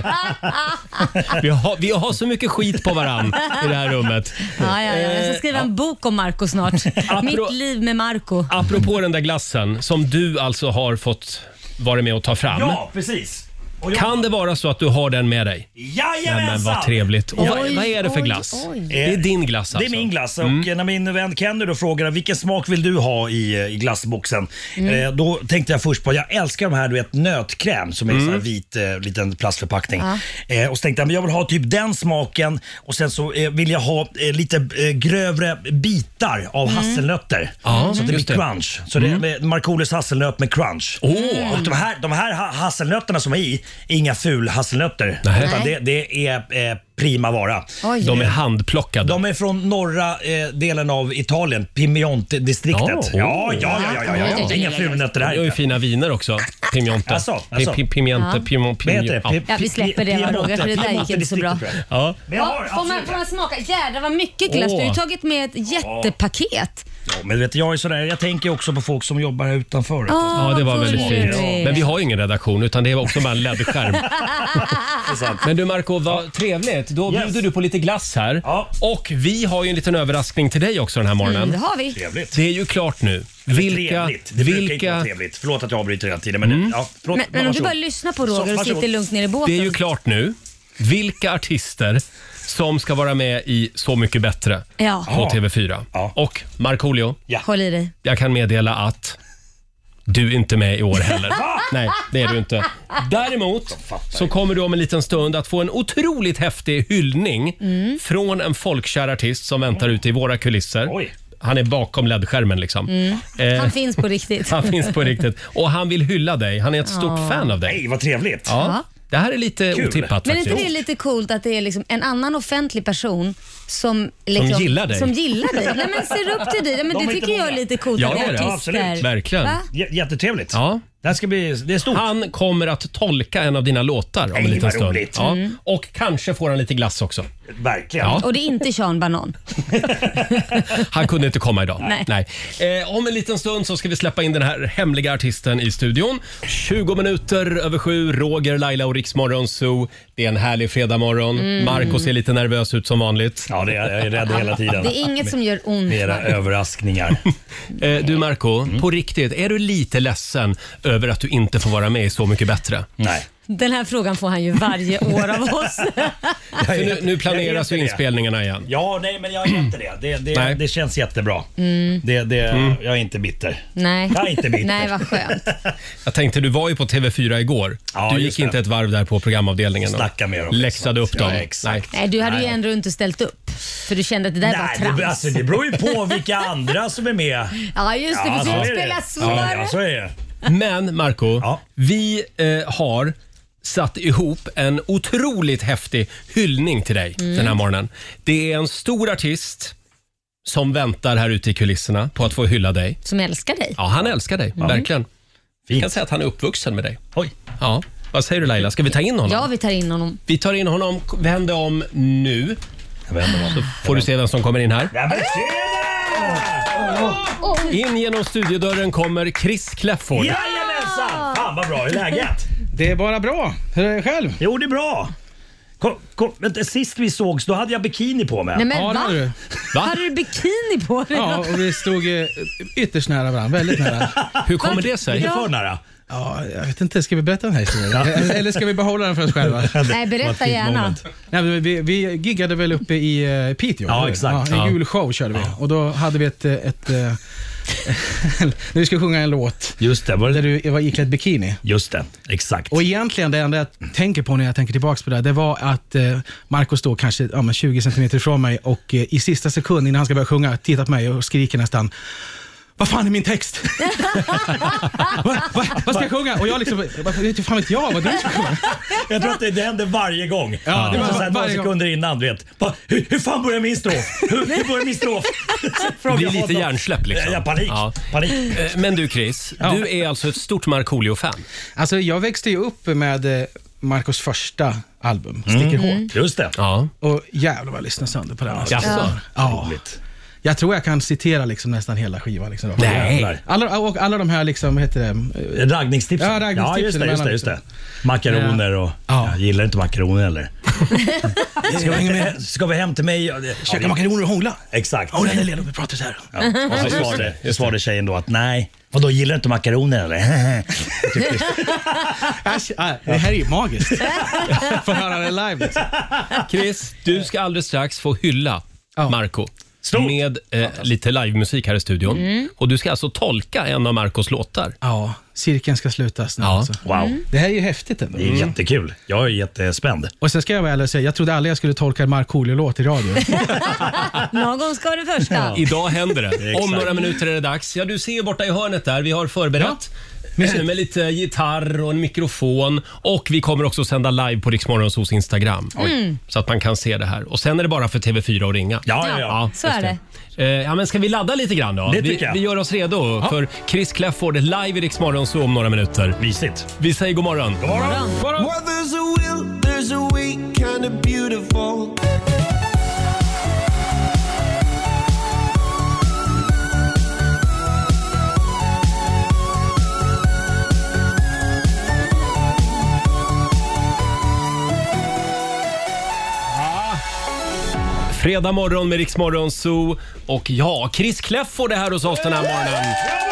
Vi har så mycket skit på varann i det här rummet. Jag ska skriva en bok om Marco snart. Mitt liv med Marco. Apropå den där glassen som du alltså har fått vara med och ta fram. Ja, precis. Kan det vara så att du har den med dig? Jajamensan! Men vad trevligt. Och vad är det för glass? Det är din glass alltså? Det är min glass. Och när min vän Kenny då frågar vilken smak vill du ha i glassboxen? Då tänkte jag först på, jag älskar de här, du vet, nötkräm som är så här vit liten plastförpackning. Och så tänkte jag, men jag vill ha typ den smaken och sen så vill jag ha lite grövre bitar av hasselnötter. Så att det blir crunch. Så det är Markoolios hasselnöt med crunch. Och de här hasselnötterna som är i, inga ful hasselnötter. Utan det är prima vara. De är handplockade. De är från norra delen av Italien, Piemonte-distriktet. Ja. Det är inga fulnötter här. Det är ju fina viner också. Piemonte. Piemonte. Vi släpper det, Roger, för det där gick inte så bra. Får man smaka? Jädrar vad mycket glass. Du har ju tagit med ett jättepaket. Ja, men vet jag är sådär, jag tänker också på folk som jobbar här utanför. Ja, det var väldigt fint. Men vi har ju ingen redaktion utan det är också bara en LED-skärm. Men du Marco, vad trevligt. Då bjuder du på lite glass här. Och vi har ju en liten överraskning till dig också den här morgonen. Det har vi. Trevligt. Det är ju klart nu. Det brukar inte vara trevligt. Förlåt att jag avbryter hela tiden. Men om du bara lyssnar på Roger och sitter lugnt ner i båten. Det är ju klart nu. Vilka artister som ska vara med i Så mycket bättre på TV4. Och Markoolio, håll i dig. Jag kan meddela att du är inte med i år heller. Nej, det är du inte. Däremot så kommer du om en liten stund att få en otroligt häftig hyllning från en folkkär artist som väntar ute i våra kulisser. Han är bakom LED-skärmen liksom. Han finns på riktigt. Han finns på riktigt. Och han vill hylla dig. Han är ett stort fan av dig. Nej, vad trevligt. Ja. Det här är lite otippat Men faktiskt. är inte det lite coolt att det är liksom en annan offentlig person som gillar dig? Som gillar dig. Nej, men ser upp till dig. Men det tycker jag är lite coolt. Ja, att det är det. Absolut. Verkligen. Jättetrevligt. Ja. Det är stort. Han kommer att tolka en av dina låtar om en liten stund. roligt. Ja. Och kanske får han lite glass också. Verkligen. Ja. Och det är inte Sean Banan. Han kunde inte komma idag. Nej. Om en liten stund så ska vi släppa in den här hemliga artisten i studion. 20 minuter över 7, Roger, Laila och Riksmorgon Zoo. Det är en härlig fredagmorgon. Marco ser lite nervös ut som vanligt. Ja, jag är rädd hela tiden. Det är inget som gör ont. Mera överraskningar. Du Marco, på riktigt, är du lite ledsen över att du inte får vara med i Så mycket bättre? Nej. Den här frågan får han ju varje år av oss. För nu planeras ju inspelningarna igen. Ja, nej, men jag är inte det. Det känns jättebra. Jag är inte bitter. Nej. Jag är inte bitter. Nej, vad skönt. Jag tänkte, du var ju på TV4 igår. Ja, du just gick det. inte ett varv där på programavdelningen och Snacka med dem. läxade upp dem. Ja, exakt. Nej, du hade ju ändå inte ställt upp. För du kände att det där var trams. Det beror ju på vilka andra som är med. Ja, just det. För så du är spelar det. svårare. Ja, så är det. Men Marco, Ja. vi har satt ihop en otroligt häftig hyllning till dig den här morgonen. Det är en stor artist som väntar här ute i kulisserna på att få hylla dig. Som älskar dig. Ja, han älskar dig, verkligen. Jag Fint. kan säga att han är uppvuxen med dig. Oj. Ja. Vad säger du Laila? Ska vi ta in honom? Ja, vi tar in honom. Vi tar in honom, vänder om nu. Jag vänder mig. Får du se vem som kommer in här. Ja, men tjena! In genom studiodörren kommer Chris Kläfford. Jajamensan! Fan vad bra, hur är läget? Det är bara bra. Hur är det själv? Jo, det är bra. Vänta, sist vi sågs då hade jag bikini på mig. Nej, men Ja, det va? hade du. Va? Hade du bikini på dig? Ja, och vi stod ytterst nära varandra. Väldigt nära. Hur kommer det sig? Lite för nära. Ja, jag vet inte. Ska vi berätta den här historien? Eller ska vi behålla den för oss själva? Nej, berätta gärna. Nej, men vi giggade väl uppe i Piteå. Ja, eller? exakt. En julshow körde vi. Och då hade vi ett när vi skulle sjunga en låt. Just det. Där du var iklädd bikini. Just det, exakt. Och egentligen det enda jag tänker på när jag tänker tillbaka på det var att Marco står kanske 20 centimeter ifrån mig och i sista sekund innan han ska börja sjunga tittar på mig och skriker nästan: vad fan är min text? Vad ska jag sjunga? Och jag liksom, fan vet jag vad du ska sjunga? Jag tror att det händer varje gång. Ja, det var så här, några sekunder innan, du vet. Hur fan börjar min strof? Hur börjar min strof? Det blir lite hjärnsläpp liksom. Ja, panik. Ja. Panik. Men du Chris, du är alltså ett stort Markoolio-fan. Alltså jag växte ju upp med Marcos första album, Sticker hårt. Just det. Ja. Och jävlar vad jag lyssnade sönder på den. Jaså? Ja. Jag tror jag kan citera liksom nästan hela skivan. Liksom. Nej. Alla de här liksom, vad heter det? Raggningstipsen. Ja, raggningstipsen. Ja, just det. Makaroner och... Ja. Jag gillar inte makaroner heller. Ska vi hem till mig? Käka makaroner och hångla. Exakt. Åh, nej, vi pratar så här. Ja. Och så svarade tjejen då att nej. Och då gillar inte makaroner eller? Det här är ju magiskt. Få höra det live. Liksom. Chris, du ska alldeles strax få hylla Marco. Stort. Med lite livemusik här i studion. Och du ska alltså tolka en av Marcos låtar. Ja, cirkeln ska slutas nu. Ja. Alltså. Wow. Det här är ju häftigt ändå. Det är jättekul. Jag är jättespänd. Och sen ska jag väl säga, jag trodde aldrig jag skulle tolka en Markoolio-låt i radio. Någon gång ska det första. Idag händer det. Exakt. Om några minuter är det dags. Ja, du ser ju borta i hörnet där. Vi har förberett med lite gitarr och en mikrofon. Och vi kommer också sända live på Riksmorgonsos Instagram. Så att man kan se det här. Och sen är det bara för TV4 att ringa. Ja. Så är det. Ja, men ska vi ladda lite grann då? Det tycker jag. Vi gör oss redo för Chris Kläfford live i Riksmorgonso om några minuter. Mysigt. Vi säger god morgon. God morgon. Well, there's a will, there's a way, kind of beautiful. Fredag morgon med Riksmorgon Zoo. Och ja, Chris Kläfford är här hos oss den här morgonen.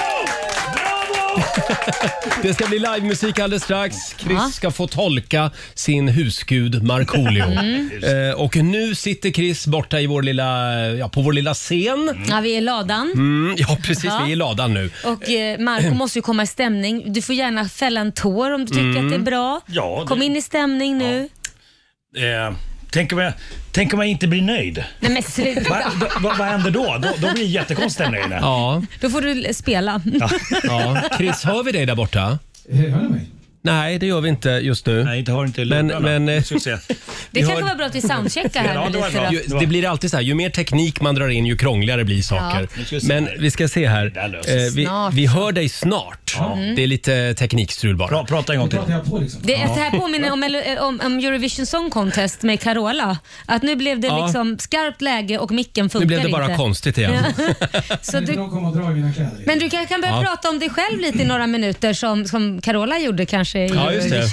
Det ska bli livemusik alldeles strax. Chris ska få tolka sin husgud Markoolio. Och nu sitter Chris borta i på vår lilla scen. Ja, vi är i ladan. Ja, precis. Vi är i ladan nu. Och Marco måste ju komma i stämning. Du får gärna fälla en tår om du tycker att det är bra. Ja, Kom in i stämning nu. Tänk om jag inte blir nöjd. Nej men sluta. Vad händer då? Då blir det jättekonstigt nöjd. Ja. Då får du spela. Ja. Chris, hör vi dig där borta? Hör ni mig? Nej, det gör vi inte just nu. Nej, har inte men det kanske var bra att vi soundcheckar här. Det blir alltid så här, ju mer teknik man drar in, ju krångligare blir saker. Ja. Men vi ska se här. Vi hör dig snart. Ja. Det är lite teknikstrul bara. Prata en gång till. Det här påminner om Eurovision Song Contest med Carola. Att nu blev det liksom skarpt läge och micken funkar inte. Nu blev det bara konstigt igen. Så men du kan börja prata om dig själv lite i några minuter som Carola gjorde kanske. Ja, just det.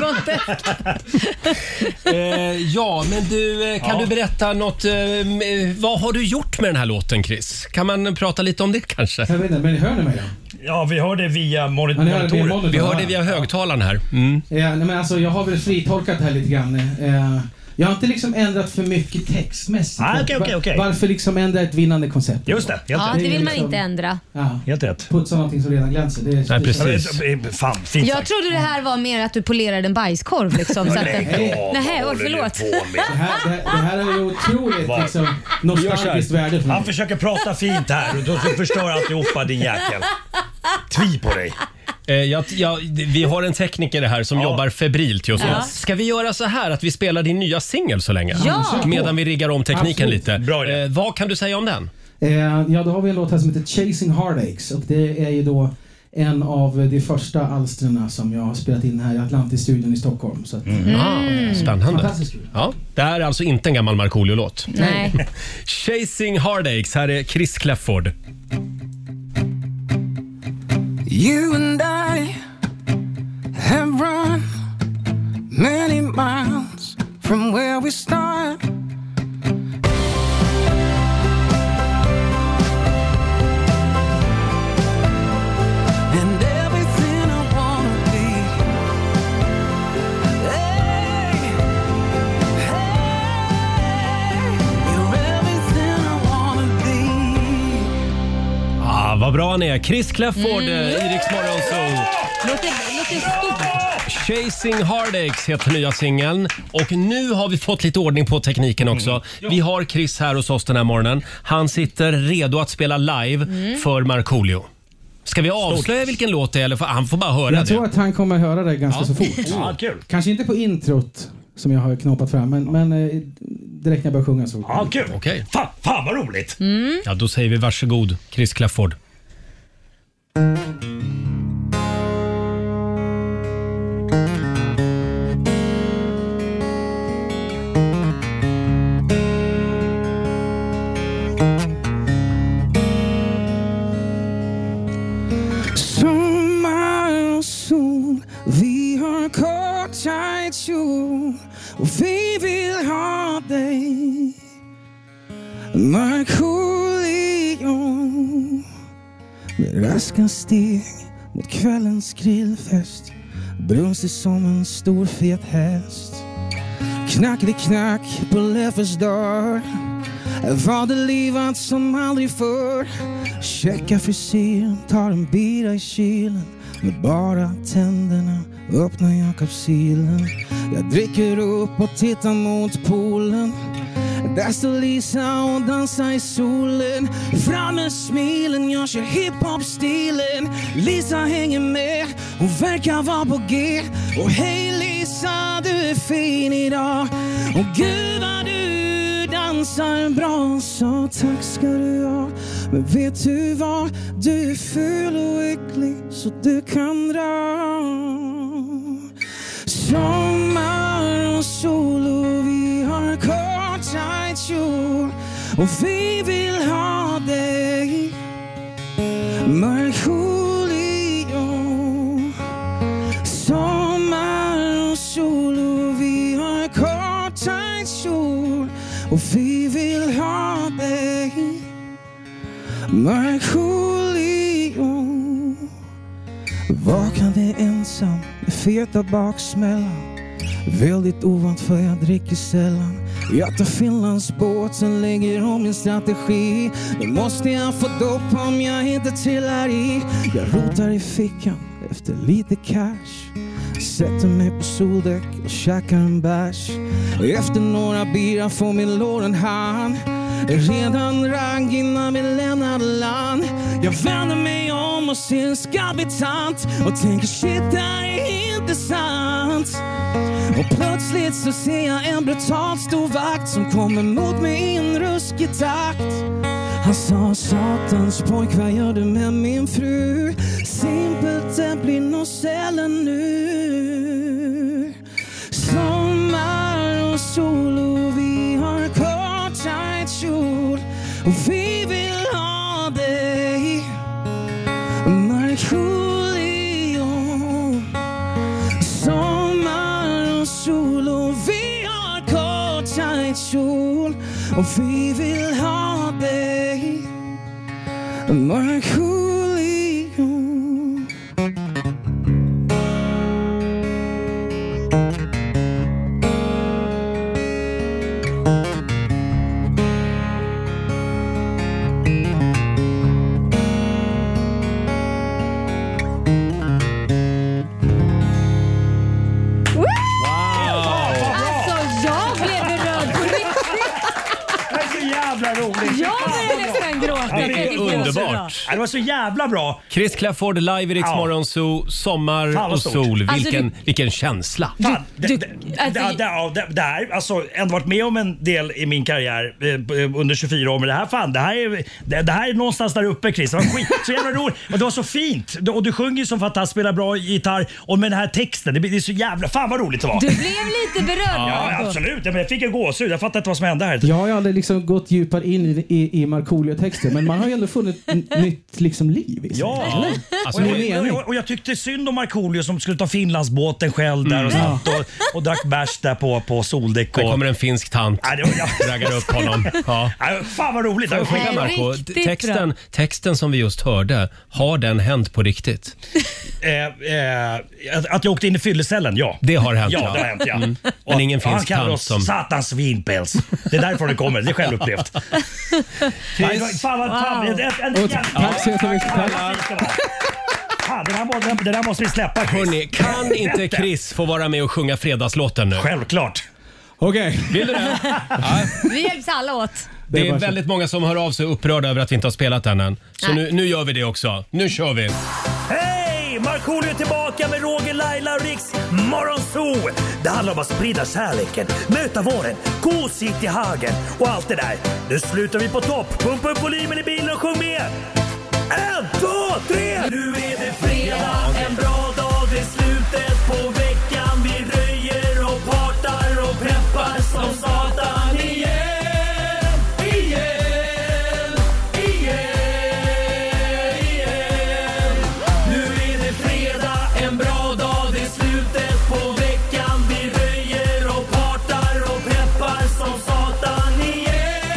Men du, kan du berätta något? Vad har du gjort med den här låten, Chris? Kan man prata lite om det kanske? Jag vet inte, men hör ni mig då? Ja, vi hör det via monitoren. Vi hör det via högtalaren här. Men alltså, jag har väl fritolkat det här lite grann. Jag har inte liksom ändrat för mycket textmässigt. Okay. Varför liksom ändra ett vinnande koncept? Just det. Ja, det vill man inte ändra. Ja. Helt rätt. Putsa någonting som redan glänser. Nej, precis. Fan, fint. Jag trodde det här var mer att du polerade en bajskorv liksom. Förlåt. Det här är ju otroligt liksom, nostalgiskt värde för mig. Han försöker prata fint här och då förstör alltihopa din jäkel. Tvi på dig. Vi har en tekniker här som jobbar febrilt just nu. Ska vi göra så här att vi spelar din nya singel så länge? Ja! Medan vi riggar om tekniken lite. Bra idé. Vad kan du säga om den? Då har vi en låt här som heter Chasing Heartaches. Och det är ju då en av de första alsterna som jag har spelat in här i Atlantis-studion i Stockholm. Så att, spännande. Fantastiskt kul. Ja, det här är alltså inte en gammal Markoolio-låt. Nej. Chasing Heartaches, här är Chris Clafford. You and I have run many miles from where we start. And everything I wanna be. Hey, you're everything I wanna be. Vad bra han är. Chris Clafford, Rix Morgon Zoo. Låter stort. Chasing Heartaches heter nya singeln. Och nu har vi fått lite ordning på tekniken också. Vi har Chris här hos oss den här morgonen. Han sitter redo att spela live för Markoolio. Ska vi avslöja vilken låt det är? Eller han får bara höra det. Jag tror att han kommer höra det ganska så fort. Ja, kul. Kanske inte på introt som jag har knoppat fram, men direkt när jag börjar sjunga så. Ja, kul. Okej. Fan vad roligt. Ja, då säger vi varsågod, Chris Clafford. Sommar och sol, vi har kort tight kjol och vi vill ha dig. Markoolio med raska steg mot kvällens grillfest, brunstig som en stor fet häst. Knackade-knack på Leffers dörr, var det livat som aldrig förr. Checka frisyren, tar en bira i kylen, med bara tänderna öppnar jag kapsylen. Jag dricker upp och tittar mot poolen. Där står Lisa och dansar i solen. Fram med smilen, jag kör hiphop-stilen. Lisa hänger med, hon verkar vara på G. Och hej Lisa, du är fin idag. Och gud vad du dansar bra, så tack ska du ha. Men vet du vad, du är ful och äcklig, så du kan dra. Sommar och sol och vi har kort tight kjol och vi vill ha dig. Markoolio. Sommar och sol och vi har kort tight kjol och vi vill ha dig. Markoolio. Vaknade ensam med feta baksmällan. Väldigt ovant för jag dricker sällan. Jag tar Finlands båt, sen lägger om min strategi. Nu måste jag få dopp om jag inte trillar i. Jag rotar i fickan efter lite cash. Sätter mig på soldäck och käkar en bärs. Och efter några bira får min lår en hand. Redan ragg innan vi lämnade land. Jag vänder mig om och ser en skabbig tant och tänker shit, det här är inte sant. Och plötsligt så ser jag en brutalt stor vakt som kommer mot mig i en ruskig takt. Han sa, satans pojk, vad gör du med min fru? Simpelt, det blir nog sällan nu. Sommar och sol och vi har kort tight kjol och vi vill ha dig. Markoolio. Sommar och sol och vi har kort tight kjol och vi vill ha dig. Markoolio. Underbart. Det var så jävla bra. Chris Clafford live i Rix Morgon Zoo, sommar och sol. Vilken känsla. Fan, det här, alltså, ändå varit med om en del i min karriär under 24 år, men det här är någonstans där uppe, Chris. Det var så jävla roligt och det var så fint. Och du sjunger som fantastiskt, spelar bra gitarr och med den här texten, det är så jävla, fan vad roligt det var. Du blev lite berörd. Ja, absolut. Men jag fick en gåshud. Jag fattar inte vad som hände här. Jag har ju aldrig liksom gått djupare in i Markoolio-texter, men man har ju ändå funnit nytt liksom liv i sig. Ja, alltså, och jag tyckte synd om Markoolio som skulle ta Finlandsbåten själv där och satt och drack bärs där på soldäck. Där kommer en finsk tant. Draggar upp honom. Ja. Fan vad roligt. Marco, texten som vi just hörde, har den hänt på riktigt? Att jag åkte in i fyllecellen, ja. Det har hänt, ja. Det har hänt, ja. Men ingen finsk tant som... Satans svinpäls. Det är därifrån det kommer, det är självupplevt. Tack så jättemycket. Det där måste vi släppa, Chris. Hörrni, kan inte Chris få vara med och sjunga fredagslåten nu? Självklart. Okej. Vill du det? Ja. Vi hjälps alla åt. Det är väldigt många som hör av sig upprörda över att vi inte har spelat den än. Så nu gör vi det också. Nu kör vi. Hej! Markoolio är tillbaka med Roger, Laila och Rix Morgonzoo. Det handlar om att sprida kärleken, möta våren, gosigt i hagen och allt det där. Nu slutar vi på topp. Pumpa upp volymen i bilen och sjung med. 1, 2, 3! Nu är det fredag, en bra dag, det är slutet på veckan. Vi röjer och partar och peppar som satan igen. Nu är det fredag, en bra dag, det är slutet på veckan. Vi röjer och partar och peppar som satan igen.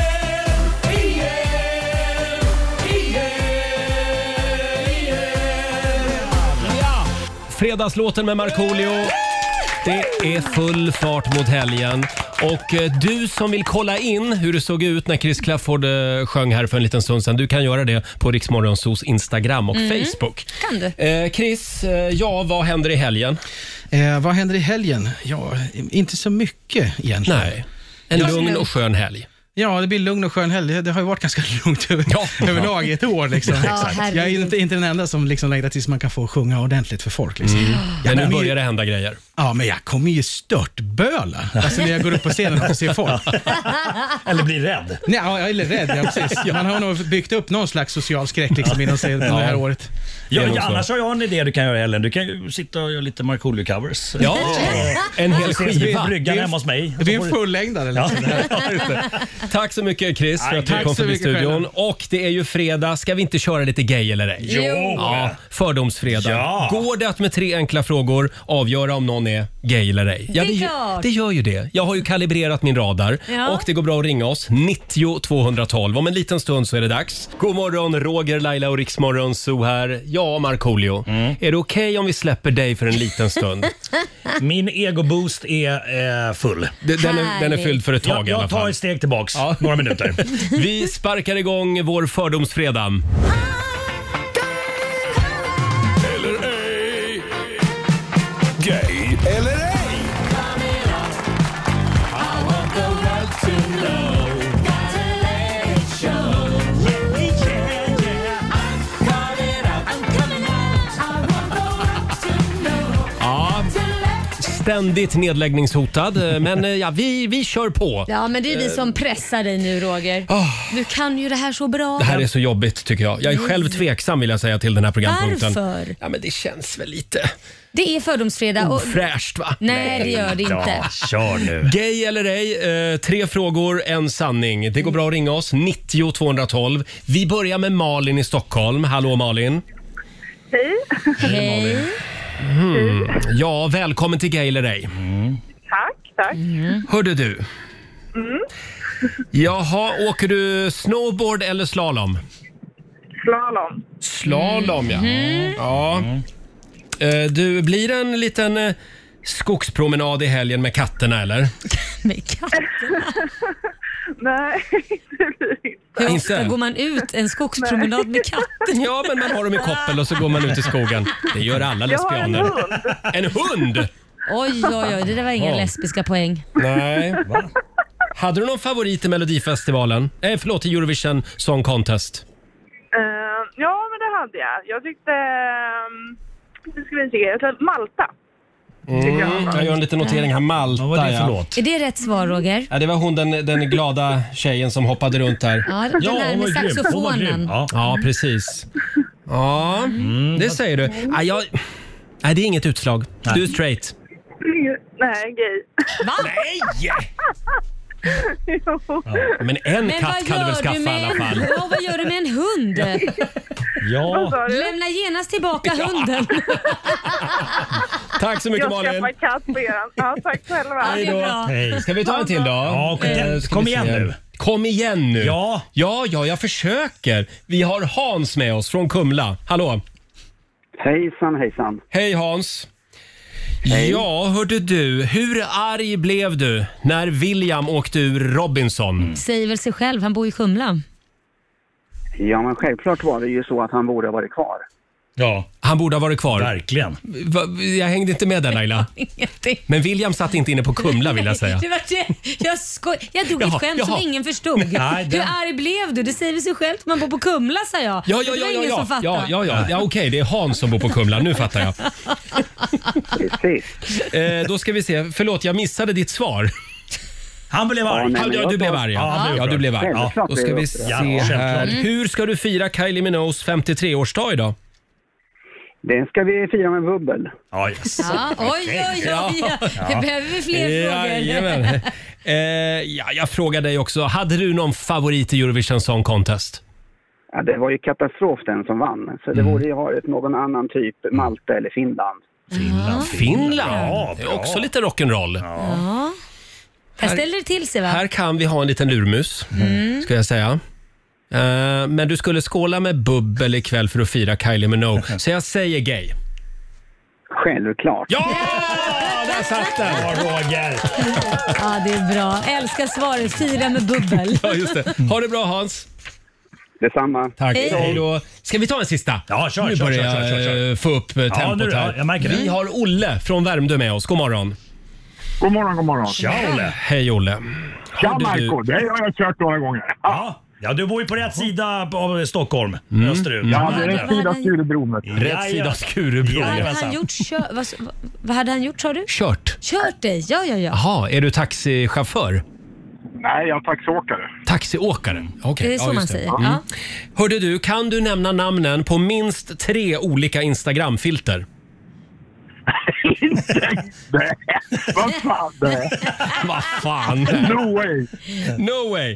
Fredagslåten med Markoolio. Det är full fart mot helgen. Och du som vill kolla in hur det såg ut när Chris Clafford sjöng här för en liten stund sedan, du kan göra det på Rix Morgonzoos Instagram och Facebook. Kan du? Chris, vad händer i helgen? Vad händer i helgen? Ja, inte så mycket egentligen. Nej, en lugn och skön helg. Ja, det blir lugn och skön helg. Det har ju varit ganska lugnt överlag i ett år. Liksom. Jag är inte den enda som liksom längtar tills man kan få sjunga ordentligt för folk. Liksom. Men nu börjar det hända grejer. Ja, men jag kommer ju störtböla. Alltså när jag går upp på scenen och ser folk. Eller blir rädd. Nej, eller rädd, ja, precis. Man har nog byggt upp någon slags social skräck liksom, inom sig det här året. Annars har jag en idé du kan göra, Ellen. Du kan ju sitta och göra lite Markoolio-covers. Ja, en hel skiva. Bryggan hemma hos mig. Det blir en fullängdare. Liksom. Tack så mycket, Chris, för att du kom förbi studion. Och det är ju fredag. Ska vi inte köra lite gay eller ej? Jo! Ja, fördomsfredag. Ja. Går det att med 3 enkla frågor avgöra om någon är gay eller ej? Ja, det gör ju det. Jag har ju kalibrerat min radar och det går bra att ringa oss. 90 212. Om en liten stund så är det dags. God morgon, Roger, Laila och Rix Morgonzoo här. Ja, Markoolio. Är det okej om vi släpper dig för en liten stund? Min egoboost är full. Den är fylld för ett tag i alla fall. Jag tar ett steg tillbaks. Några minuter. Vi sparkar igång vår fördomsfredag. Eller ej. Gay eller ej? Ständigt nedläggningshotad, men ja, vi kör på. Ja, men det är vi som pressar dig nu, Roger. Du kan ju det här så bra. Det här är så jobbigt tycker jag. Jag är själv tveksam vill jag säga till den här programpunkten. Varför? Ja, men det känns väl lite... Det är fördomsfredag. Ofräscht va? Nej, det gör det inte. Ja, kör nu. Gay eller ej, 3 frågor, en sanning. Det går bra att ringa oss, 90 212. Vi börjar med Malin i Stockholm. Hallå Malin. Hej. Hej. Ja, välkommen till Gay eller ej. Tack. Hörde du? Jaha, åker du snowboard eller slalom? Slalom, ja. Ja. Du, blir en liten skogspromenad i helgen med katterna eller? Med katterna? Nej, det blir inte. Hur ofta går man ut en skogspromenad med katten? Ja, men man har dem i koppel och så går man ut i skogen. Det gör alla lesbianer. Jag har en hund! Oj, det där var inga lesbiska poäng. Nej. Va? Hade du någon favorit i Melodifestivalen? Förlåt, i Eurovision Song Contest. Ja, men det hade jag. Jag tyckte... Nu ska vi se. Jag tror Malta. Jag gör en liten notering här. Malta, vad var det för låt? Är det rätt svar, Roger? Ja, det var hon den glada tjejen som hoppade runt där. Ja, den där med saxofonen. Ja, precis. Ja, det säger du. Nej, det är inget utslag. Du är straight. Nej, gay. Va? Nej! Men en katt kan du väl skaffa i alla fall? Ja, vad gör du med en hund? Ja. Lämna genast tillbaka hunden. Tack så mycket Malin. Jag skaffar katt på er. Ja, tack själva. Hej då. Hej. Ska vi ta en till då? Ja, kom igen nu. Kom igen nu. Ja. Ja, jag försöker. Vi har Hans med oss från Kumla. Hallå. Hejsan. Hej Hans. Hej. Ja, hörde du. Hur arg blev du när William åkte ur Robinson? Säger väl sig själv, han bor i Kumla. Ja, men självklart var det ju så att han borde ha varit kvar. Ja, han borde ha varit kvar. Verkligen. Jag hängde inte med där Laila. Men William satt inte inne på Kumla vill jag säga. Det var det. Jag drog ett skämt som ingen förstod. Nej, Hur arg blev du? Det säger sig själv, man bor på Kumla, sa jag. Det var ingen som fattade. Ja, okej, det är Hans som bor på Kumla. Nu fattar jag. Då ska vi se. Förlåt, jag missade ditt svar. Han blev arg. Du blev arg. Ja, du blev arg. Ja, då ska vi se här. Hur ska du fira Kylie Minogues 53-årsdag idag? Den ska vi fira med bubbel. Ja, yes. Oj. Det behöver vi fler frågor. Jag frågar dig också. Hade du någon favorit i Eurovision Song Contest? Ja, det var ju katastrof den som vann. Så det borde ju ha någon annan typ, Malta eller Finland. Finland? Ja, det är också lite rock'n'roll. Ja. Här ställer det till sig, va? Här kan vi ha en liten lurmus, ska jag säga. Men du skulle skåla med bubbel ikväll för att fira Kylie Minogue. Så jag säger gay. Självklart. Ja! Där satt den! Ja, Roger. Ja, det är bra. Älskar svaret. Fira med bubbel. Ja, just det. Ha det bra Hans. Detsamma. Tack. Hej då. Ska vi ta en sista? Ja, kör. Nu börjar jag få upp tempot här. Jag märker det. Vi har Olle från Värmdö med oss. God morgon. God morgon. Tja Olle. Hej Olle. Tja Marco, det har jag kört några gånger. Ja, du bor ju på rätt sida av Stockholm, österut. Ja, det är rätt sida Skurubron. Rätt sida Skurubron. Vad hade han gjort, sa du? Kört dig, ja. Jaha, är du taxichaufför? Nej, jag är taxiåkare. Taxiåkare? Okej. Det är så man säger. Ja. Hörde du, kan du nämna namnen på minst 3 olika Instagram-filter? Vad fan det? Vad fan? No way.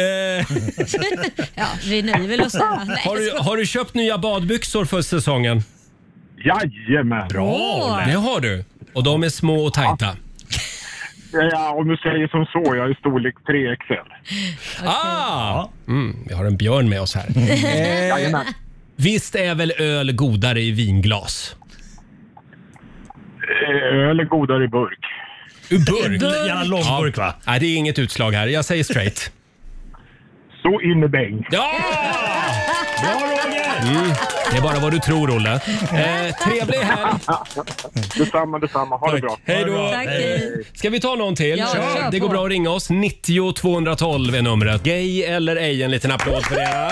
Ja, vi nöjer väl oss där. Har du köpt nya badbyxor för säsongen? Jajamän. Bra. Det har du. Och de är små och tajta. Ja, om du säger som så. Jag är storlek 3XL. Vi har en björn med oss här. Visst är väl öl godare i vinglas? Öl är godare i burk. Ur burk? Gärna långburk, va? Nej, det är inget utslag här. Jag säger straight. Så in i bäng. Ja! Bra Roger! Det är bara vad du tror, Olle. Trevlig helg. Detsamma. Ha det bra. Hej då. Tack. Ska vi ta någon till? Ja, kör det går på. bra att ringa oss. 90 212 är numret. Gay eller ej, en liten applåd för det.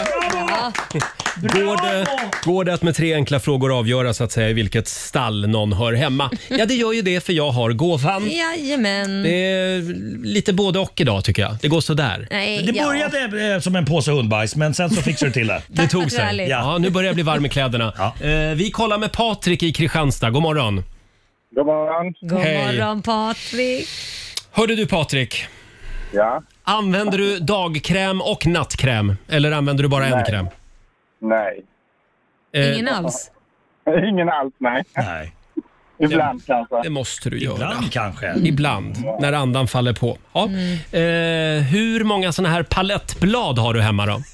Går det att med 3 enkla frågor avgöra så att säga i vilket stall någon hör hemma? Ja, det gör ju det för jag har gåvan. Jajamän. Det är lite både och idag tycker jag. Det går så där. Nej, Det började som en påse hundbajs, men sen så fixar du till det. Det tog vad sig. härligt. Ja, nu börjar jag bli varm i kläderna. Ja. Vi kollar med Patrik i Kristianstad. God morgon. God morgon. God Hej. morgon Patrik. Hörde du Patrik? Ja. Använder du dagkräm och nattkräm? Eller använder du bara en kräm? Nej. Ingen alls? Ingen alls, nej. Nej. Ibland kanske. Det måste du göra. Ibland kanske. Ibland, när andan faller på. Ja. Hur många såna här palettblad har du hemma då?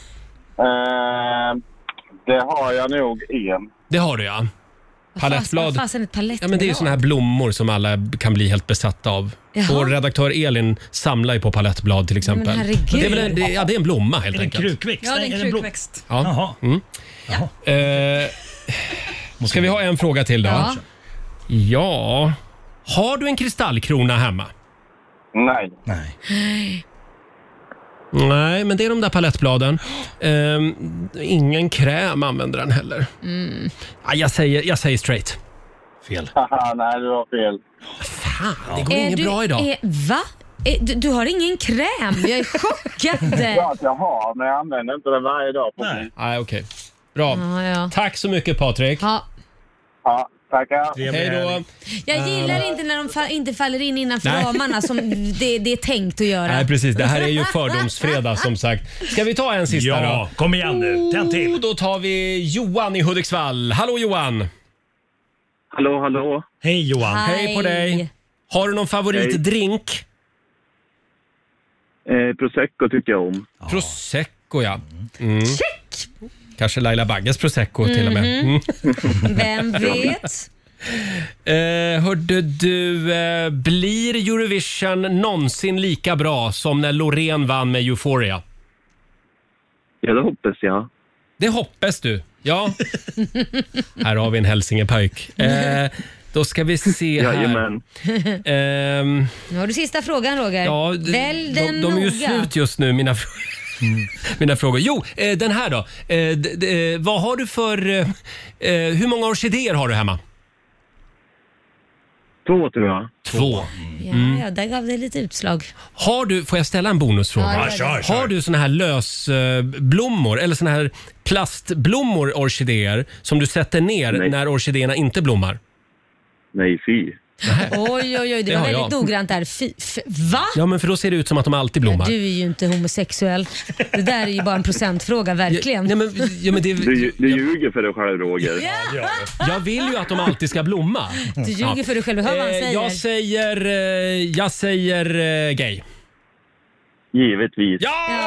Det har jag nog en. Det har du ja. Palettblad. Vad fasen ett palettblad? Ja, men det är ju såna här blommor som alla kan bli helt besatta av. Jaha. Vår redaktör Elin samlar ju på palettblad till exempel. Men herregud. Det är väl det är en blomma helt Är det en enkelt. krukväxt? Ja, det är en Är blom- krukväxt. Ja. Jaha. Ska vi ha en fråga till då? Ja. Ja. Har du en kristallkrona hemma? Nej. Nej, men det är de där palettbladen. Ingen kräm använder den heller. Ja, jag säger straight. Fel. Haha, nej, du har fel. Fan, det går inget bra idag. Va? Du har ingen kräm? Jag är chockad. Klart jag har, men jag använder inte det varje dag. Nej, okej. Bra. Ja. Tack så mycket Patrik. Ja. Ja, tackar. Hej då. Jag gillar inte när de inte faller in innanför Nej. ramarna som det är tänkt att göra. Nej, precis. Det här är ju fördomsfredag som sagt. Ska vi ta en sista då? Ja, kom igen nu. Tänd till. Då tar vi Johan i Hudiksvall. Hallå Johan! Hallå. Hej Johan. Hej på dig. Har du någon favoritdrink? Prosecco tycker jag om. Prosecco, ja. Check! Kanske Laila Bagges Prosecco till och med. Vem vet? Hörde du, blir Eurovision någonsin lika bra som när Loreen vann med Euphoria? Ja, det hoppas jag. Det hoppas du, ja. Här har vi en hälsingepöjk. Då ska vi se här. Jajamän. Nu har du sista frågan Roger. Ja, Välj den de är ju noga. slut just nu, mina frågor. Jo, den här då. Vad har du för... hur många orkidéer har du hemma? 2 tror jag. 2. Ja, där gav det lite utslag. Har du, får jag ställa en bonusfråga? Ja, Har du såna här lösblommor eller såna här plastblommor, orkidéer, som du sätter ner när orkidéerna inte blommar? Nej, fy. Oj, det Det var har väldigt jag. noggrant där. Va? Ja, men för då ser det ut som att de alltid blommar. Du är ju inte homosexuell. Det där är ju bara en procentfråga, verkligen. Nej, men det, Du ljuger för dig själv, Roger. jag vill ju att de alltid ska blomma. Du ljuger för dig själv. Hör vad han säger. Jag säger gay. Givetvis.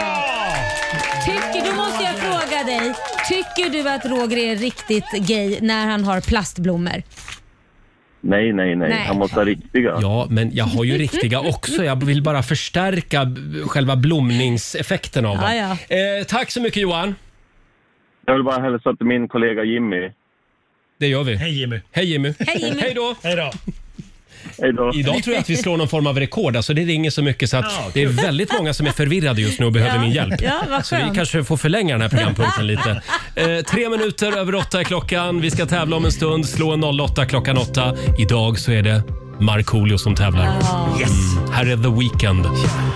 Då måste jag fråga dig. Tycker du att Roger är riktigt gay när han har plastblommor? Nej. Han måste ha riktiga. Ja, men jag har ju riktiga också. Jag vill bara förstärka själva blomningseffekten av dem. Ja. Tack så mycket Johan. Jag vill bara hälsa till min kollega Jimmy. Det gör vi. Hej Jimmy. Hej Jimmy. Hej då. Hej då. Idag tror jag att vi slår någon form av rekord. Alltså det ringer så mycket så att det är väldigt många som är förvirrade just nu och behöver min hjälp. Ja, vad Så vi skönt. kanske får förlänga den här programpunkten lite. 3 minuter över 8 är klockan. Vi ska tävla om en stund. Slå en 08 klockan 8. Idag så är det Markoolio som tävlar. Yes. Här är The Weeknd.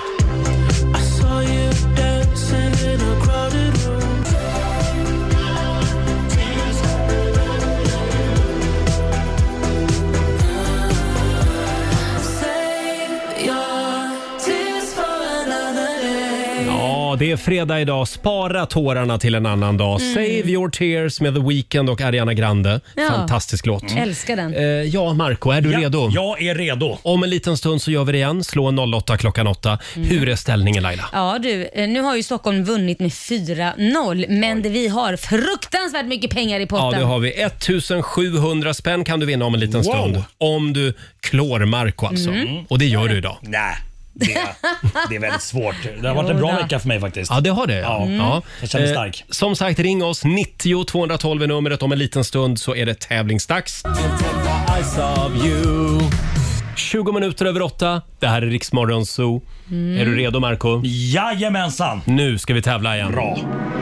Ja, det är fredag idag. Spara tårarna till en annan dag. Save your tears med The Weeknd och Ariana Grande. Ja. Fantastisk låt. Älskar den. Ja, Marco, är du redo? Jag är redo. Om en liten stund så gör vi det igen. Slå en 08 klockan 8. Hur är ställningen Laila? Ja du, nu har ju Stockholm vunnit med 4-0, men vi har fruktansvärt mycket pengar i Ja, potten. det har vi. 1700 spänn kan du vinna om en liten stund. Om du klår Marco alltså. Och det gör du idag. Nej. Det är väldigt svårt. Det har varit en bra vecka för mig faktiskt. Ja, det har det. Ja. Jag känner stark. Som sagt, ring oss. 90 212 är numret. Om en liten stund så är det tävlingsdags. 20 minuter över 8. Det här är Rix Morgon Zoo. Är du redo, Marco? Jajamensan. Nu ska vi tävla igen. Bra.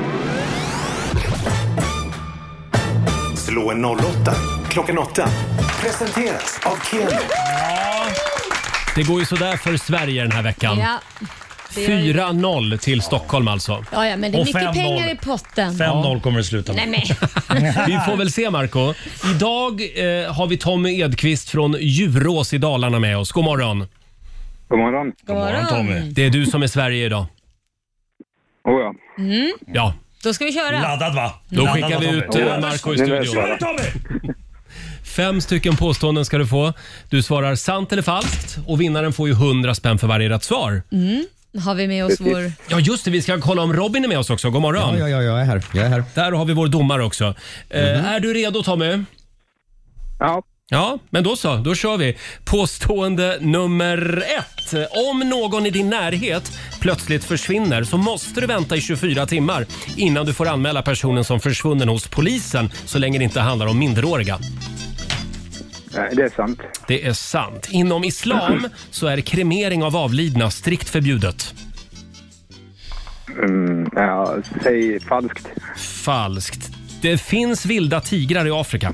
Slå en 08 klockan 8. Presenteras av Keno. Det går ju sådär för Sverige den här veckan. Ja. 4-0 till Stockholm alltså. Ja, men det är Och mycket 5-0. pengar i potten. 5-0 kommer det sluta med. Nej. Vi får väl se, Marco. Idag har vi Tommy Edqvist från Djurås i Dalarna med oss. God morgon. God morgon. God morgon, Tommy. Det är du som är Sverige idag. Ja. Ja. Då ska vi köra. Laddad, va? Då skickar vi ut Marco i studion. 5 stycken påståenden ska du få. Du svarar sant eller falskt och vinnaren får ju 100 spänn för varje rätt svar. Har vi med oss vår... Ja, just det. Vi ska kolla om Robin är med oss också. God morgon. Ja, jag är här. Där har vi vår domare också. Är du redo, Tommy? Ja. Ja, men då så. Då kör vi. Påstående nummer 1. Om någon i din närhet plötsligt försvinner så måste du vänta i 24 timmar innan du får anmäla personen som försvunnen hos polisen, så länge det inte handlar om minderåriga. Det är sant. Det är sant. Inom islam så är kremering av avlidna strikt förbjudet. Säg falskt. Falskt. Det finns vilda tigrar i Afrika.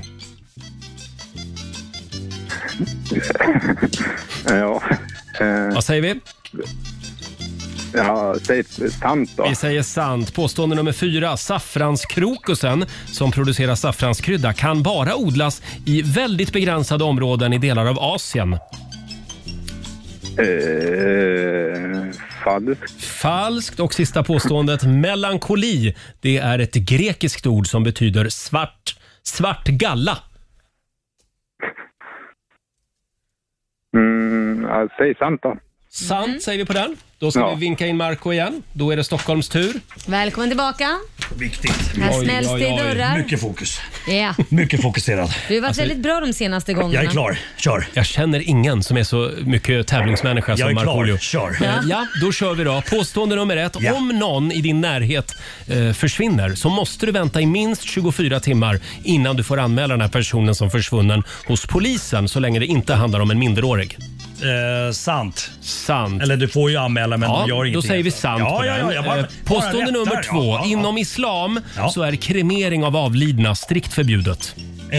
Ja. Vad säger vi? Ja, säg sant då. Vi säger sant. Påstående nummer 4. Saffranskrokusen som producerar saffranskrydda kan bara odlas i väldigt begränsade områden i delar av Asien. Falskt. Falskt. Och sista påståendet. Melankoli. Det är ett grekiskt ord som betyder svart galla. Säg sant då. Sant säger vi på den. Då ska vi vinka in Marco igen. Då är det Stockholms tur. Välkommen tillbaka. Viktigt. Här smälls det i dörrar. Mycket fokus. Ja. Mycket fokuserad. Du har varit väldigt bra de senaste gångerna. Jag är klar. Kör. Jag känner ingen som är så mycket tävlingsmänniska som Markoolio. Jag är klar. Kör. Ja, då kör vi då. Påstående nummer 1. Ja. Om någon i din närhet försvinner så måste du vänta i minst 24 timmar innan du får anmäla den här personen som försvunnen hos polisen, så länge det inte handlar om en minderårig. Sant. Sant. Eller du får ju anmäla, men ja, gör ingenting. då säger vi sant på den. Påstående nummer 2. Inom islam så är kremering av avlidna strikt förbjudet.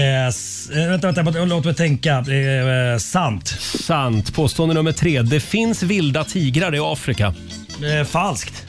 Vänta, låt mig tänka. Sant. Sant. Påstående nummer 3. Det finns vilda tigrar i Afrika. Falskt.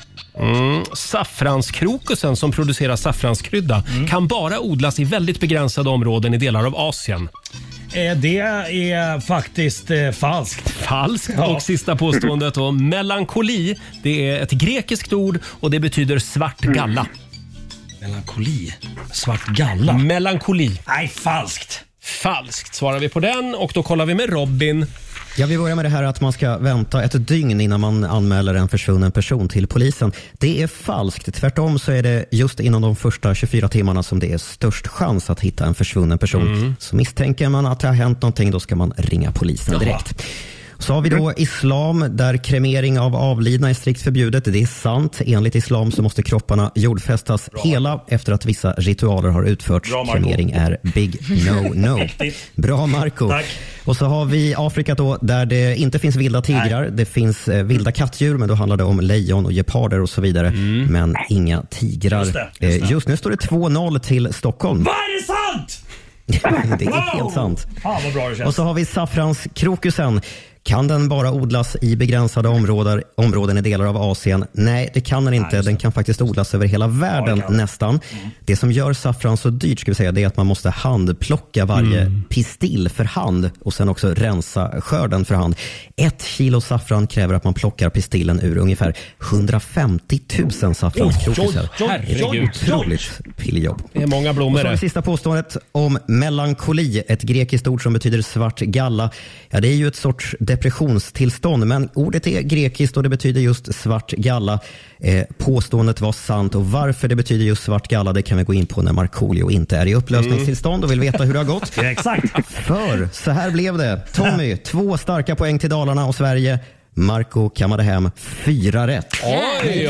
Saffranskrokusen som producerar saffranskrydda kan bara odlas i väldigt begränsade områden i delar av Asien. Det är faktiskt falskt. Falskt. Ja. Och sista påståendet då. Melankoli, det är ett grekiskt ord och det betyder svart galla. Melankoli? Svart galla? Melankoli. Nej, falskt. Falskt svarar vi på den och då kollar vi med Robin. Ja, vi börjar med det här att man ska vänta ett dygn innan man anmäler en försvunnen person till polisen. Det är falskt. Tvärtom så är det just inom de första 24 timmarna som det är störst chans att hitta en försvunnen person. Så misstänker man att det har hänt någonting, då ska man ringa polisen direkt. Så har vi då islam där kremering av avlidna är strikt förbjudet. Det är sant. Enligt islam så måste kropparna jordfästas hela efter att vissa ritualer har utförts. Kremering är big no. Bra, Marco. Tack. Och så har vi Afrika då, där det inte finns vilda tigrar. Nej. Det finns vilda kattdjur, men då handlar det om lejon och geparder och så vidare. Men inga tigrar. Just nu står det 2-0 till Stockholm. Vad är det sant? Det är helt sant. Fan vad bra det känns. Och så har vi saffranskrokusen. Kan den bara odlas i begränsade områden i delar av Asien? Nej, det kan den inte. Den kan faktiskt odlas över hela världen nästan. Det som gör saffran så dyrt, ska vi säga, det är att man måste handplocka varje pistill för hand och sen också rensa skörden för hand. 1 kilo saffran kräver att man plockar pistillen ur ungefär 150 000 saffranskrokusar. Herregud. Otroligt pilljobb. Det är många blommor. Och så har vi sista påståendet om melankoli, ett grekiskt ord som betyder svart galla. Ja, det är ju ett sorts depressionstillstånd, men ordet är grekiskt och det betyder just svart galla. Påståendet var sant och varför det betyder just svart galla, det kan vi gå in på när Markoolio inte är i upplösningstillstånd och vill veta hur det har gått. Ja, exakt. För så här blev det. Tommy, 2 starka poäng till Dalarna och Sverige. Marco kammade hem 4 rätt. Oj.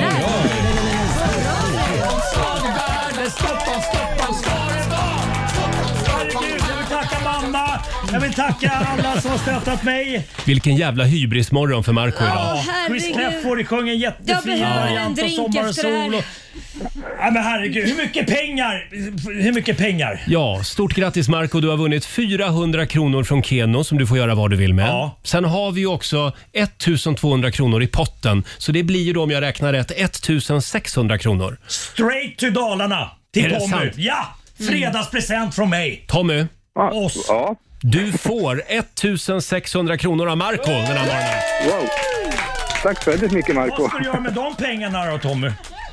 Jag vill tacka alla som har stöttat mig. Vilken jävla hybrismorgon för Marco idag. Ja, Chris Clefford sjöng en jättefin variant av Sommar och sol. Ja, men herregud, hur mycket pengar? Ja, stort grattis Marco. Du har vunnit 400 kronor från Keno som du får göra vad du vill med. Ja. Sen har vi ju också 1200 kronor i potten. Så det blir ju då, om jag räknar rätt, 1600 kronor. Straight to Dalarna till Tommy. Ja, fredagspresent från mig. Tommy. Oss. Ja. Du får 1600 kronor av Marco den här morgonen. Wow. Tack så väldigt mycket, Marco. Vad ska du göra med de pengarna då, Tommy?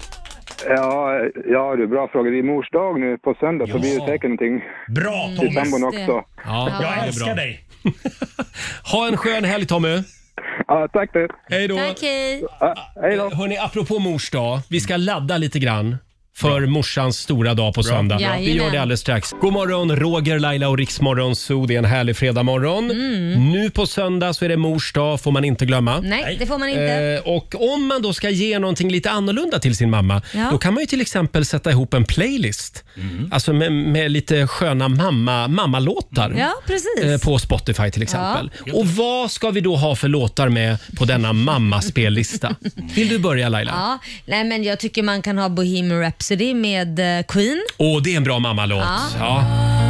Ja, det är bra fråga. Det är mors dag nu på söndag, så blir det säkert någonting. Bra, till Tommy. sambon också. Ja, jag älskar dig. Ha en skön helg, Tommy. Ja, tack du. Hej då. Tack, hej. Hej då. Hörrni, apropå mors dag, vi ska ladda lite grann för morsans stora dag på söndag. Jajamän. Vi gör det alldeles strax. God morgon, Roger, Laila och Riksmorgon Zoo. Det är en härlig fredagmorgon. Nu på söndag så är det mors dag, får man inte glömma. Nej, det får man inte. Och om man då ska ge någonting lite annorlunda till sin mamma, då kan man ju till exempel sätta ihop en playlist. Alltså med lite sköna mammalåtar. Ja, precis. På Spotify till exempel. Och vad ska vi då ha för låtar med på denna mammaspellista? Vill du börja, Laila? Ja, nej, men jag tycker man kan ha Bohemian Rhapsody med Queen. Det är en bra mammalåt. Ja.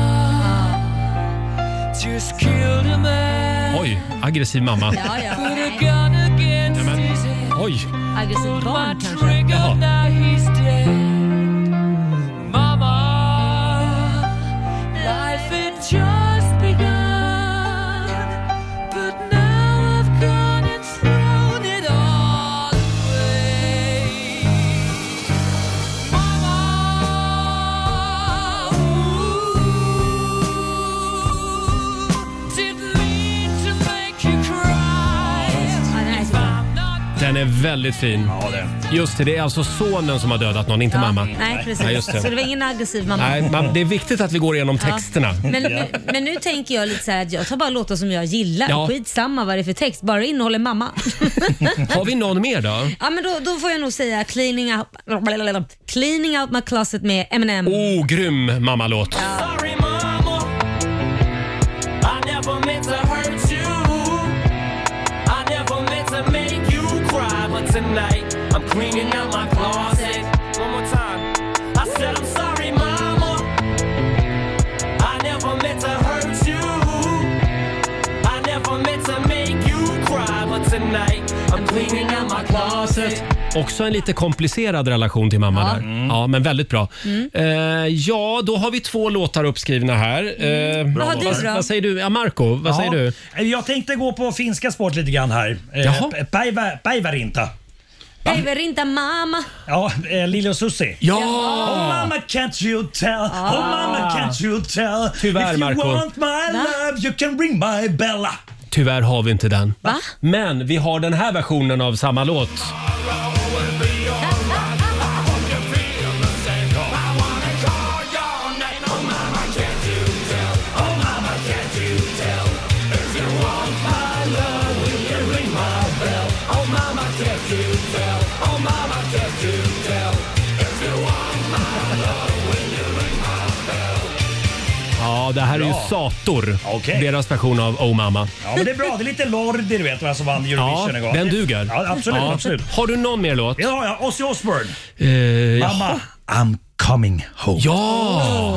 Oj, aggressiv mamma. Ja. Oj. Aggressiv barn kanske. Jaha. Den är väldigt fin. Just det är alltså sonen som har dödat någon, inte mamma. Nej, precis. Nej, just det. Så det var ingen aggressiv mamma. Nej, det är viktigt att vi går igenom texterna. Men nu tänker jag lite så här att jag tar bara låtar som jag gillar. Ja. Skitsamma vad det är för text, bara det innehåller mamma. Har vi någon mer då? Ja, men då får jag nog säga Cleaning Out My Closet med Eminem. Grym mammalåt. Sorry, mama. I never meant to hurt you. I never meant to make you cry. But tonight, I'm cleaning out my closet. One more time. I said I'm sorry, mama. I never meant to hurt you. I never meant to make you cry. But tonight, I'm cleaning out my closet. Också en lite komplicerad relation till mamma där. Ja, men väldigt bra. Då har vi 2 låtar uppskrivna här. Vad säger du? Ja, Marco, vad säger du? Jag tänkte gå på finska sport lite grann här. Päivärinta. Päivärinta mamma. Ja, Lili och Susie. Ja! Oh mama can't you tell. Oh mama can't you tell. Tyvärr, If you Marco. want my love you can ring my bella. Tyvärr har vi inte den. Va? Men vi har den här versionen av samma låt. Ja, det här är ju Sator. Deras version av Oh Mama. Ja, men det är bra. Det är lite Lordi, du vet, som vann Eurovision en gång. Den duger. Ja, absolut. Har du någon mer låt? Ja, Ozzy Osbourne. Mamma, I'm coming home. Ja!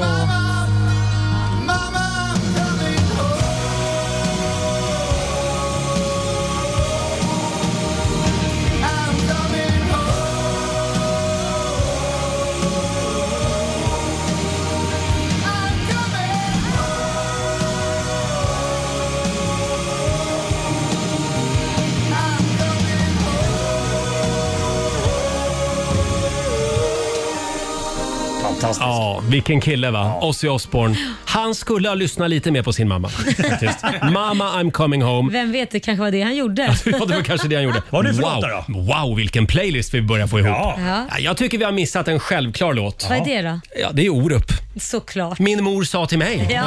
Ja, vilken kille va? Ozzy Osbourne. Han skulle ha lyssnat lite mer på sin mamma. Faktiskt. Mama, I'm coming home. Vem vet, det kanske var det han gjorde. Ja, det var kanske det han gjorde. Vad är det för låtar då? Wow, vilken playlist vi börjar få ihop. Ja. Jag tycker vi har missat en självklar låt. Vad är det då? Ja, det är Orup. Såklart. Min mor sa till mig. Ja.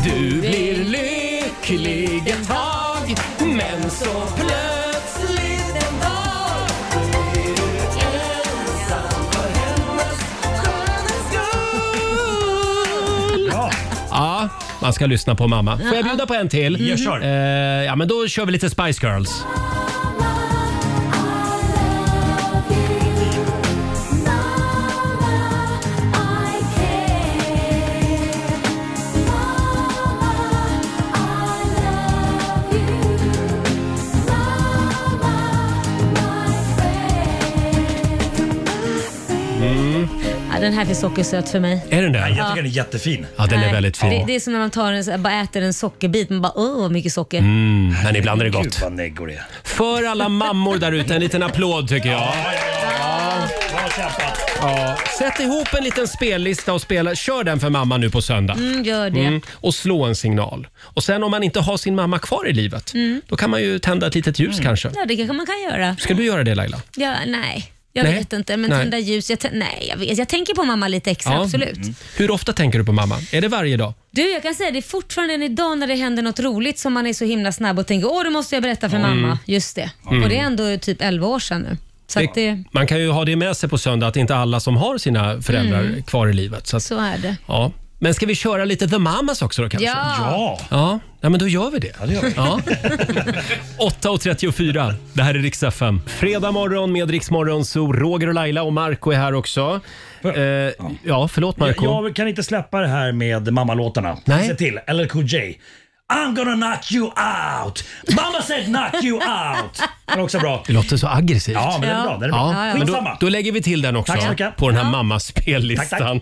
Du blir lycklig ett tag, men så plötsligt en dag blir du ensam för hennes sköna skull. Ja, man ska lyssna på mamma. Får jag bjuda på en till? Ja, kör. Ja, men då kör vi lite Spice Girls. Den här är sockersöt för mig. Är den där? Jag tycker den är jättefin. Ja, den är väldigt fin. Det är som när man bara äter en sockerbit. Man bara, mycket socker. Men ibland är det gott. Gud vad neggor det är. För alla mammor där ute, en liten applåd tycker jag. Bra kämpat. Ja. Sätt ihop en liten spellista och spela. Kör den för mamma nu på söndag. Gör det. Och slå en signal. Och sen om man inte har sin mamma kvar i livet, då kan man ju tända ett litet ljus kanske. Ja, det kanske man kan göra. Ska du göra det, Laila? Ja, nej. Jag vet inte, men tända ljus. Jag vet. Jag tänker på mamma lite extra, absolut. Hur ofta tänker du på mamma? Är det varje dag? Du, jag kan säga det är fortfarande en idag när det händer något roligt som man är så himla snabb och tänker, då måste jag berätta för mamma. Just det. Och det är ändå typ 11 år sedan nu. Så att Man kan ju ha det med sig på söndag att inte alla som har sina föräldrar kvar i livet. Så är det. Ja. Men ska vi köra lite The Mamas också då kanske? Ja, men då gör vi det. Ja, det gör vi. Ja. 8.34. Det här är Rix FM. Fredag morgon med Rix Morgon, så Roger och Laila och Marco är här också. Förlåt Marco. Jag kan inte släppa det här med mammalåtarna. Nej. Se till, LL Cool J. I'm gonna knock you out. Mamma said knock you out. Det är också bra. Det låter så aggressivt. Ja, men det är bra. Det är bra. Ja, men då lägger vi till den också på den här mammas spellistan.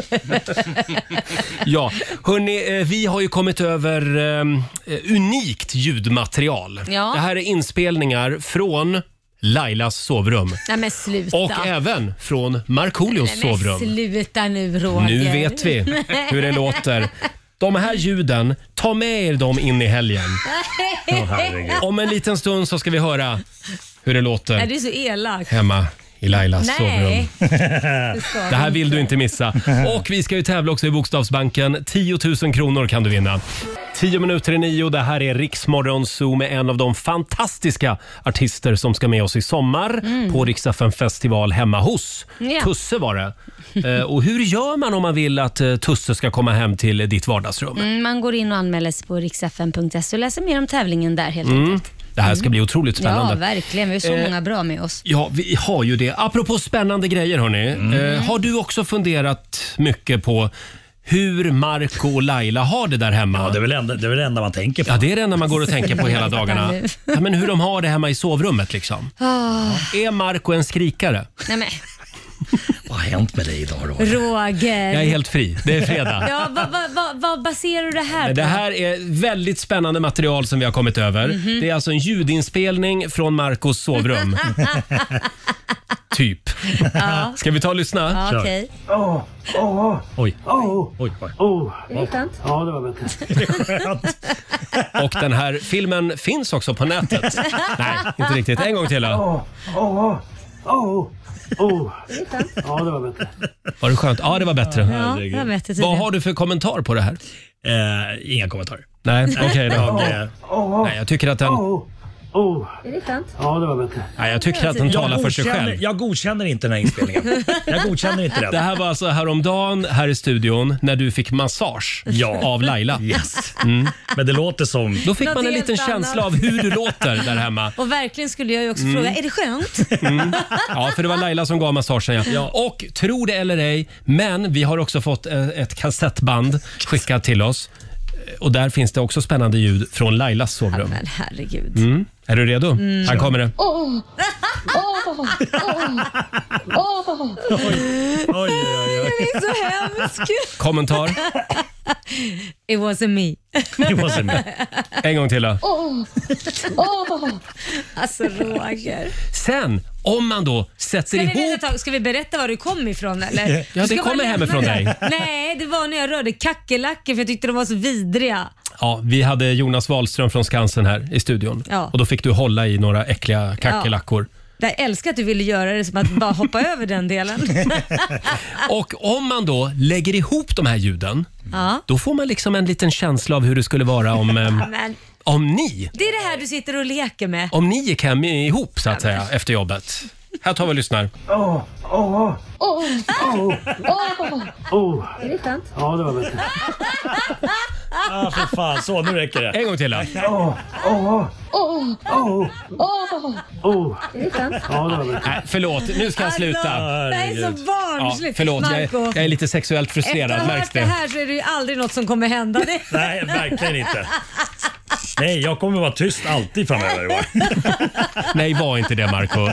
Ja, hörni, vi har ju kommit över unikt ljudmaterial. Ja. Det här är inspelningar från Lailas sovrum. Nej, men sluta. Och även från Markoolios sovrum. Sluta nu, Roger. Nu vet vi hur det låter. De här ljuden, ta med er dem in i helgen. Om en liten stund så ska vi höra hur det låter. Är det så elakt? Hemma i Lailas sovrum. Det här vill du inte missa. Och vi ska ju tävla också i Bokstavsbanken. 10 000 kronor kan du vinna. 8:50. Det här är Rix Morgon Zoo med en av de fantastiska artister som ska med oss i sommar på Rix FM festival hemma hos. Tusse var det. Och hur gör man om man vill att Tusse ska komma hem till ditt vardagsrum? Man går in och anmäler sig på riksfm.se och läser mer om tävlingen där helt enkelt. Det här ska bli otroligt spännande. Ja, verkligen. Vi har så många bra med oss. Ja, vi har ju det. Apropå spännande grejer, hörni. Har du också funderat mycket på hur Marco och Laila har det där hemma? Ja, det är väl det enda man tänker på. Ja, det är det enda man går och tänker på hela dagarna. Ja, men hur de har det hemma i sovrummet liksom. Är Marco en skrikare? Nej, men. Vad har hänt med dig idag, Roger? Jag är helt fri. Det är fredag. Ja, vad baserar du det här på? Det här är väldigt spännande material som vi har kommit över. Det är alltså en ljudinspelning från Marcos sovrum. Typ. Ja. Ska vi ta och lyssna? Ja, okej. Oj. Är det skönt? Ja, det var bättre. Det är skönt. Och den här filmen finns också på nätet. Nej, inte riktigt. En gång till då. Ja, det var bättre. Var det skönt? Ja, det var bättre. Ja, det var bättre. Vad har du för kommentar på det här? Inga kommentarer. Nej, okej då. Nej, jag tycker att den... Är det skönt? Ja, det var bättre. Nej, jag tycker att den talar för sig själv. Jag godkänner inte den här inspelningen. Jag godkänner inte den. Det här var alltså häromdagen här i studion när du fick massage av Laila. Yes. Men det låter som... Då fick man en liten känsla av hur du låter där hemma. Och verkligen skulle jag ju också fråga, är det skönt? Ja, för det var Laila som gav massagen. Ja. Och tro det eller ej, men vi har också fått ett kassettband skickat till oss. Och där finns det också spännande ljud från Lailas sovrum. Men herregud. Är du redo? Här kommer det. Oj. Det är så hemskt. Kommentar? It wasn't me. It wasn't me. En gång till då. Alltså Roger. Sen, om man då sätter ihop... Ska vi berätta var du kom ifrån eller? Ja, det kommer hemifrån dig. Nej, det var när jag rörde kackerlackor för jag tyckte de var så vidriga. Ja, vi hade Jonas Wahlström från Skansen här i studion. Ja. Och då fick du hålla i några äckliga kackerlackor. Jag älskar att du ville göra det som att bara hoppa över den delen. Och om man då lägger ihop de här ljuden, då får man liksom en liten känsla av hur det skulle vara om ni... Det är det här du sitter och leker med. Om ni gick hem ihop så att säga efter jobbet. Här tar vi och lyssnar. Är det sant? Ja, det var bättre. För fan, så nu räcker det. En gång till då. Är det sant? Ja, det var bättre. Nej, förlåt, nu ska jag sluta. Det är så barnsligt. Förlåt, Marco, jag är lite sexuellt frustrerad. efter att ha Märks hört det det? här så är det ju aldrig något som kommer hända. Nej, verkligen inte. Nej, jag kommer vara tyst alltid framöver. Nej, var inte det, Marco.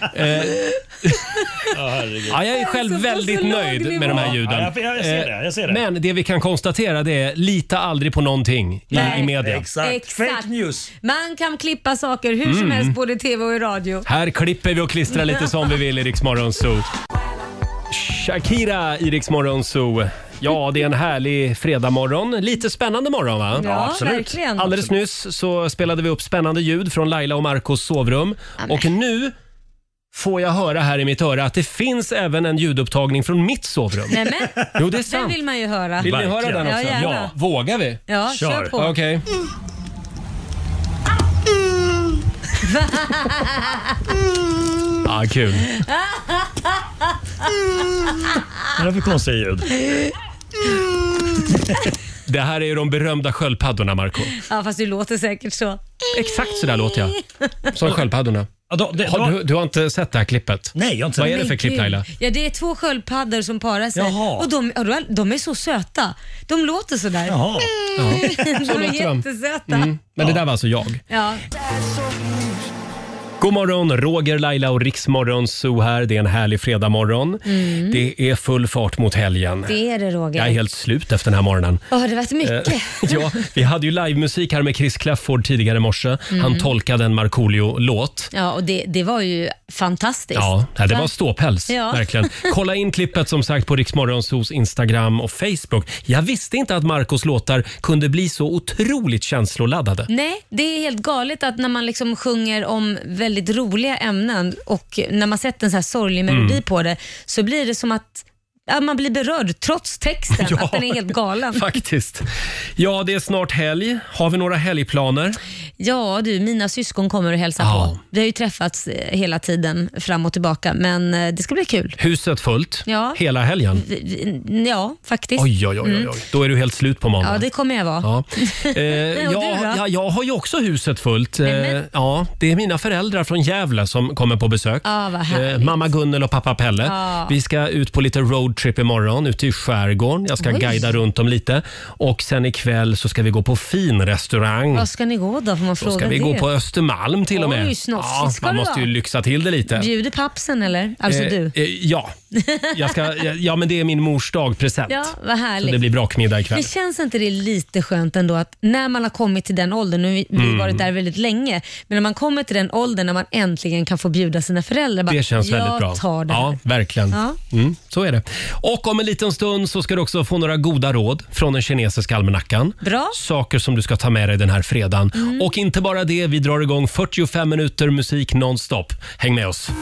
Jag är själv väldigt nöjd med de här ljuden. Jag ser det. Men det vi kan konstatera det är lita aldrig på någonting i media. Exakt. Fake news. Man kan klippa saker hur som helst både i tv och i radio. Här klipper vi och klistrar lite som vi vill i Rix Morgon Zoo. Shakira i Rix Morgon Zoo. Ja, det är en härlig fredagmorgon. Lite spännande morgon, va? Ja, absolut. Verkligen. Alldeles nyss så spelade vi upp spännande ljud från Laila och Marcos sovrum. Amen. Och nu får jag höra här i mitt öra att det finns även en ljudupptagning från mitt sovrum. Nämen, Jo, det är den sant. vill man ju höra. Vill ni höra den också? Ja, gärna. Vågar vi? Ja, kör på. Okej. Kul. Vad är det för konstiga ljud? Det här är ju de berömda sköldpaddorna, Marco. Ja, fast det låter säkert så. Exakt så där låter jag. Som sköldpaddorna. Du har inte sett det här klippet? Nej, jag har inte Vad sett är det för klipp, Laila? Ja, det är 2 sköldpaddor som parar sig. Jaha. Och de är så söta. De låter så där. Jaha. Så De är låter de. jättesöta. Men det där var alltså jag. Ja. God morgon, Roger, Laila och Rix Morgon Zoo här. Det är en härlig fredagmorgon. Det är full fart mot helgen. Det är det, Roger. Jag är helt slut efter den här morgonen. Det har varit mycket. Ja, vi hade ju livemusik här med Chris Clafford tidigare i morse. Han tolkade en Markoolio-låt. Ja, och det var ju fantastiskt. Ja, det var ståpäls. Ja. Verkligen. Kolla in klippet som sagt på Rix Morgon Zoos Instagram och Facebook. Jag visste inte att Marcos låtar kunde bli så otroligt känsloladdade. Nej, det är helt galet att när man liksom sjunger om väldigt roliga ämnen och när man sätter en så här sorglig melodi på det så blir det som att man blir berörd trots texten, Ja, att den är helt galen. Faktiskt. Ja, det är snart helg. Har vi några helgplaner? Ja, mina syskon kommer att hälsa på. Vi har ju träffats hela tiden fram och tillbaka, men det ska bli kul. Huset fullt Ja. hela helgen? Ja, faktiskt. Oj. Då är du helt slut på måndag. Ja, det kommer jag vara. Ja. Och du då? Jag har ju också huset fullt. Ja, det är mina föräldrar från Gävle som kommer på besök. Ja, vad härligt. Mamma Gunnel och pappa Pelle. Ja. Vi ska ut på lite roadtrip imorgon ute i skärgården. Jag ska guida runt dem lite. Och sen ikväll så ska vi gå på fin restaurang. Vad ska ni gå då? Får man fråga Då ska vi det? gå på Östermalm till och med. Oj, snofsigt ska man det måste ju vara. lyxa till det lite. Bjuder pappsen eller? Alltså du? Ja. Ja, men det är min mors dagpresent. Ja, vad härligt. Så det blir brakmiddag ikväll. Men känns inte det lite skönt ändå att när man har kommit till den åldern, nu har vi varit där väldigt länge, men när man kommer till den åldern när man äntligen kan få bjuda sina föräldrar. Bara, Det känns väldigt bra. Jag tar det här. Ja, verkligen. Ja. Så är det. Och om en liten stund så ska du också få några goda råd från den kinesiska almanackan. Bra. Saker som du ska ta med dig den här fredagen. Och inte bara det, vi drar igång 45 minuter musik nonstop. Häng med oss.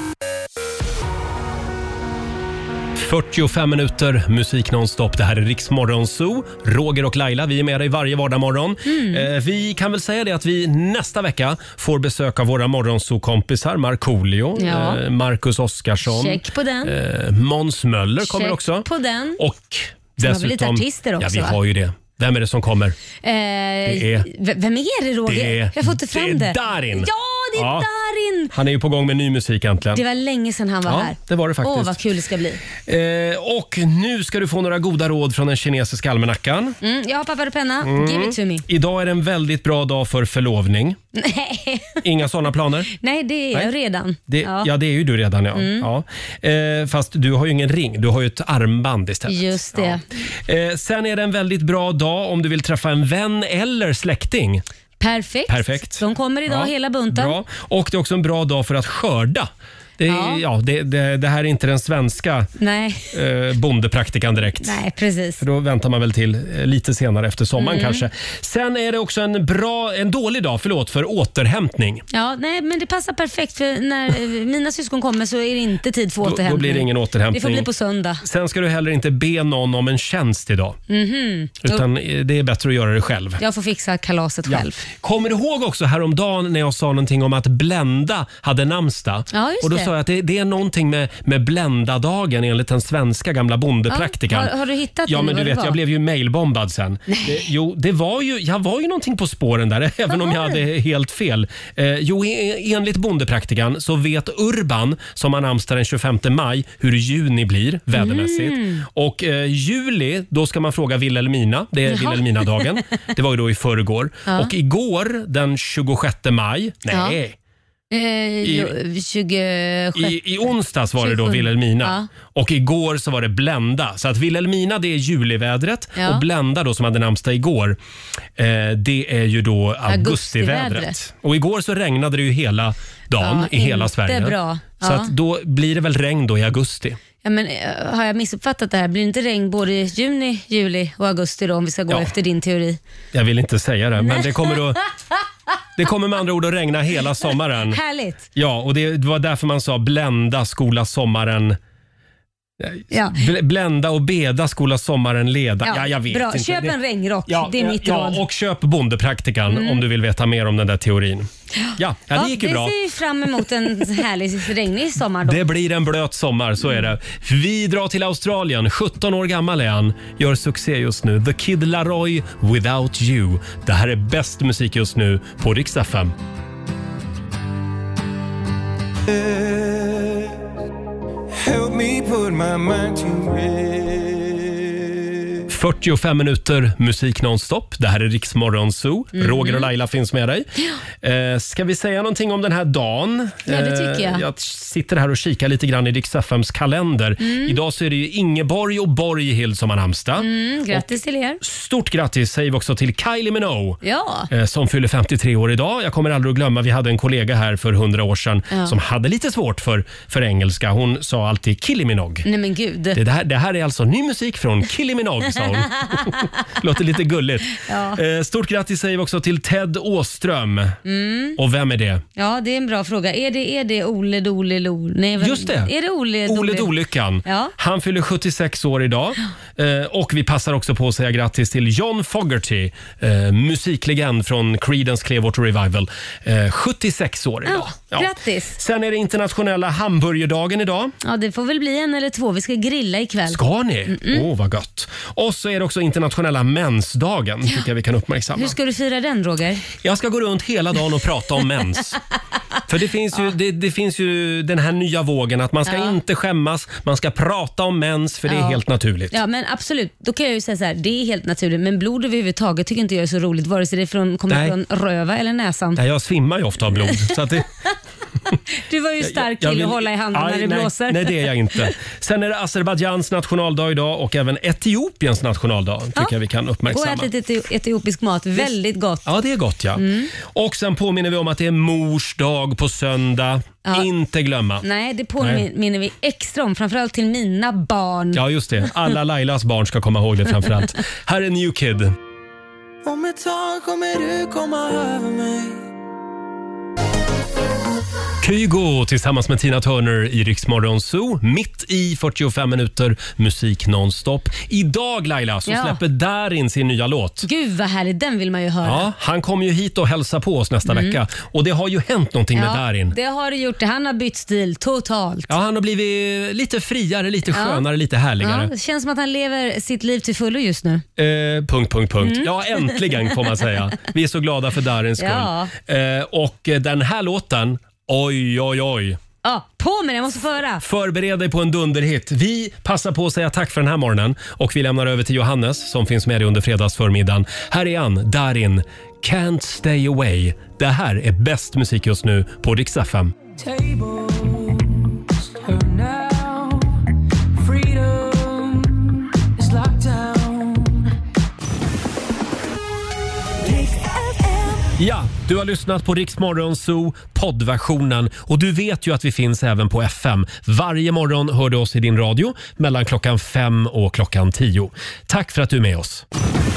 45 minuter musik nonstop. Det här är Rix Morgon Zoo. Roger och Laila, vi är med dig varje vardagsmorgon. Vi kan väl säga det att vi nästa vecka får besök av våra morgonzoo-kompisar Markoolio, Marcus Oskarsson. Check på den. Måns Möller kommer Check också. på den. Och Så har vi lite artister också, Ja, vi va? har ju det. Vem är det som kommer? Vem är det, Roger? Jag får inte fram det. Det är Darin. Ja, det är Darin. Han är ju på gång med ny musik äntligen. Det var länge sedan han var här. det var det faktiskt. Åh, vad kul det ska bli. Och nu ska du få några goda råd från den kinesiska almanackan. Jag har papper och penna. Give it to me. Idag är det en väldigt bra dag för förlovning. Nej. Inga sådana planer? Nej, det är jag redan. Ja, det är ju du redan. Ja. Fast du har ju ingen ring, du har ju ett armband istället. Just det. Sen är det en väldigt bra dag om du vill träffa en vän eller släkting. Perfekt. De kommer idag hela bunten. Bra. Och det är också en bra dag för att skörda. Det här är inte den svenska bondepraktikan direkt. Nej, precis. För då väntar man väl till lite senare efter sommaren kanske. Sen är det också en dålig dag, för återhämtning. Ja, nej, men det passar perfekt för när mina syskon kommer så är det inte tid för återhämtning. Då blir det ingen återhämtning. Det får bli på söndag. Sen ska du heller inte be någon om en tjänst idag. Utan det är bättre att göra det själv. Jag får fixa kalaset själv. Kommer du ihåg också häromdagen när jag sa någonting om att Blenda hade namnsdag? Ja, just och då det. sa jag att det är någonting med Blenda-dagen enligt den svenska gamla bondepraktikan. Har du hittat Ja, men du vet, jag blev ju mailbombad sen. Jag var ju någonting på spåren där, även om jag hade helt fel. Enligt bondepraktikan så vet Urban, som har namnsdag den 25 maj, hur juni blir vädermässigt. Och juli, då ska man fråga Wilhelmina. Det är Wilhelmina-dagen. Det var ju då i förrgår. Ja. Och igår, den 26 maj, I onsdags var det då Wilhelmina. Och igår så var det Blenda. Så att Wilhelmina, det är julivädret. Och Blenda då, som hade namnsdag igår, det är ju då augustivädret. Och igår så regnade det ju hela dagen i hela Sverige. Bra. Så att då blir det väl regn då i augusti. Ja, men har jag missuppfattat det här? Blir det inte regn både i juni, juli och augusti då, om vi ska gå efter din teori? Jag vill inte säga det, men det kommer med andra ord att regna hela sommaren. Härligt. Ja, och det var därför man sa blända, skola sommaren. Ja. Blända och beda, skola sommaren leda. Jag vet bra. inte. Köp en regnrock, det är mitt råd. Och köp bondepraktikan om du vill veta mer om den där teorin. Ja, det gick ju bra. Det ser ju fram emot en härlig regnig sommar då. Det blir en blöt sommar, så är det. Vi drar till Australien. 17 år gammal är han. Gör succé just nu. The Kid Laroi, Without You. Det här är bäst musik just nu på Rix FM. Help me put my mind to rest. 45 minuter musik nonstop. Det här är Rix Morgon Zoo. Roger och Laila finns med dig. Ska vi säga någonting om den här dagen? Ja, det tycker jag. Jag sitter här och kikar lite grann i Rix FMs kalender. Idag så är det ju Ingeborg och Borghild som har namnsdag. Grattis till er. Stort grattis säger vi också till Kylie Minogue Ja. som fyller 53 år idag. Jag kommer aldrig att glömma, vi hade en kollega här för 100 år sedan som hade lite svårt för engelska. Hon sa alltid Kylie Minogue. Nej men gud. Det här är alltså ny musik från Kylie Minogue, sa hon. Låter lite gulligt. Stort grattis säger vi också till Ted Åström. Och vem är det? Ja, det är en bra fråga. Är det Ole Dole Lo? Nej, Just det. Är det Ole Dolyckan. Ja. Han fyller 76 år idag. Och vi passar också på att säga grattis till John Fogerty, musiklegend från Creedence Clearwater Revival. 76 år idag. Grattis. Sen är det internationella hamburgerdagen idag. Ja, det får väl bli en eller två. Vi ska grilla ikväll. Ska ni? Vad gott. Och så är det också internationella mensdagen, tycker jag vi kan uppmärksamma. Hur ska du fira den, Roger? Jag ska gå runt hela dagen och prata om mens. För det finns ju den här nya vågen att man ska inte skämmas, man ska prata om mens för det är helt naturligt. Ja, men absolut. Då kan jag ju säga så här, det är helt naturligt, men blod överhuvudtaget tycker inte jag är så roligt, vare sig det kommer från röva eller näsan. Nej, jag svimmar ju ofta av blod. Så att det... Du var ju stark till att hålla i handen när det blåser. Nej, det är jag inte. Sen är det Azerbajdzjans nationaldag idag och även Etiopiens nationaldag, tycker jag vi kan uppmärksamma. Och ätit etiopisk mat, väldigt gott. Ja, det är gott, ja. Och sen påminner vi om att det är mors dag på söndag. Inte glömma. Nej, det påminner vi extra om, framförallt till mina barn. Ja, just det. Alla Lailas barn ska komma ihåg det framförallt. Här är New Kid. Om ett tag kommer du komma över mig. Kygo tillsammans med Tina Turner i Rix Morgon Zoo. Mitt i 45 minuter musik nonstop. Idag, Laila, så släpper Darin sin nya låt. Gud vad härligt, den vill man ju höra. Ja, han kommer ju hit och hälsa på oss nästa vecka. Och det har ju hänt någonting med Darin. Det har det gjort. Han har bytt stil totalt. Ja, han har blivit lite friare, lite skönare, lite härligare. Ja, det känns som att han lever sitt liv till fullo just nu. Ja, äntligen får man säga. Vi är så glada för Darins skull. Och den här låten, oj, oj, oj. Ja, på med det, jag måste föra. Förbered dig på en dunderhit. Vi passar på att säga tack för den här morgonen och vi lämnar över till Johannes som finns med dig under fredagsförmiddagen. Här är han, Darin, Can't Stay Away. Det här är bäst musik just nu på Rix FM. Ja, du har lyssnat på Rix Morgon Zoo poddversionen och du vet ju att vi finns även på FM. Varje morgon hör du oss i din radio mellan klockan 5 och klockan 10. Tack för att du är med oss.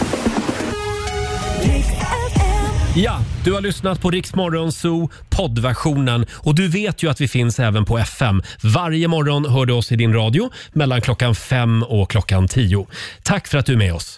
Ja, du har lyssnat på Rix Morgon Zoo poddversionen och du vet ju att vi finns även på FM. Varje morgon hör du oss i din radio mellan klockan 5 och klockan 10. Tack för att du är med oss.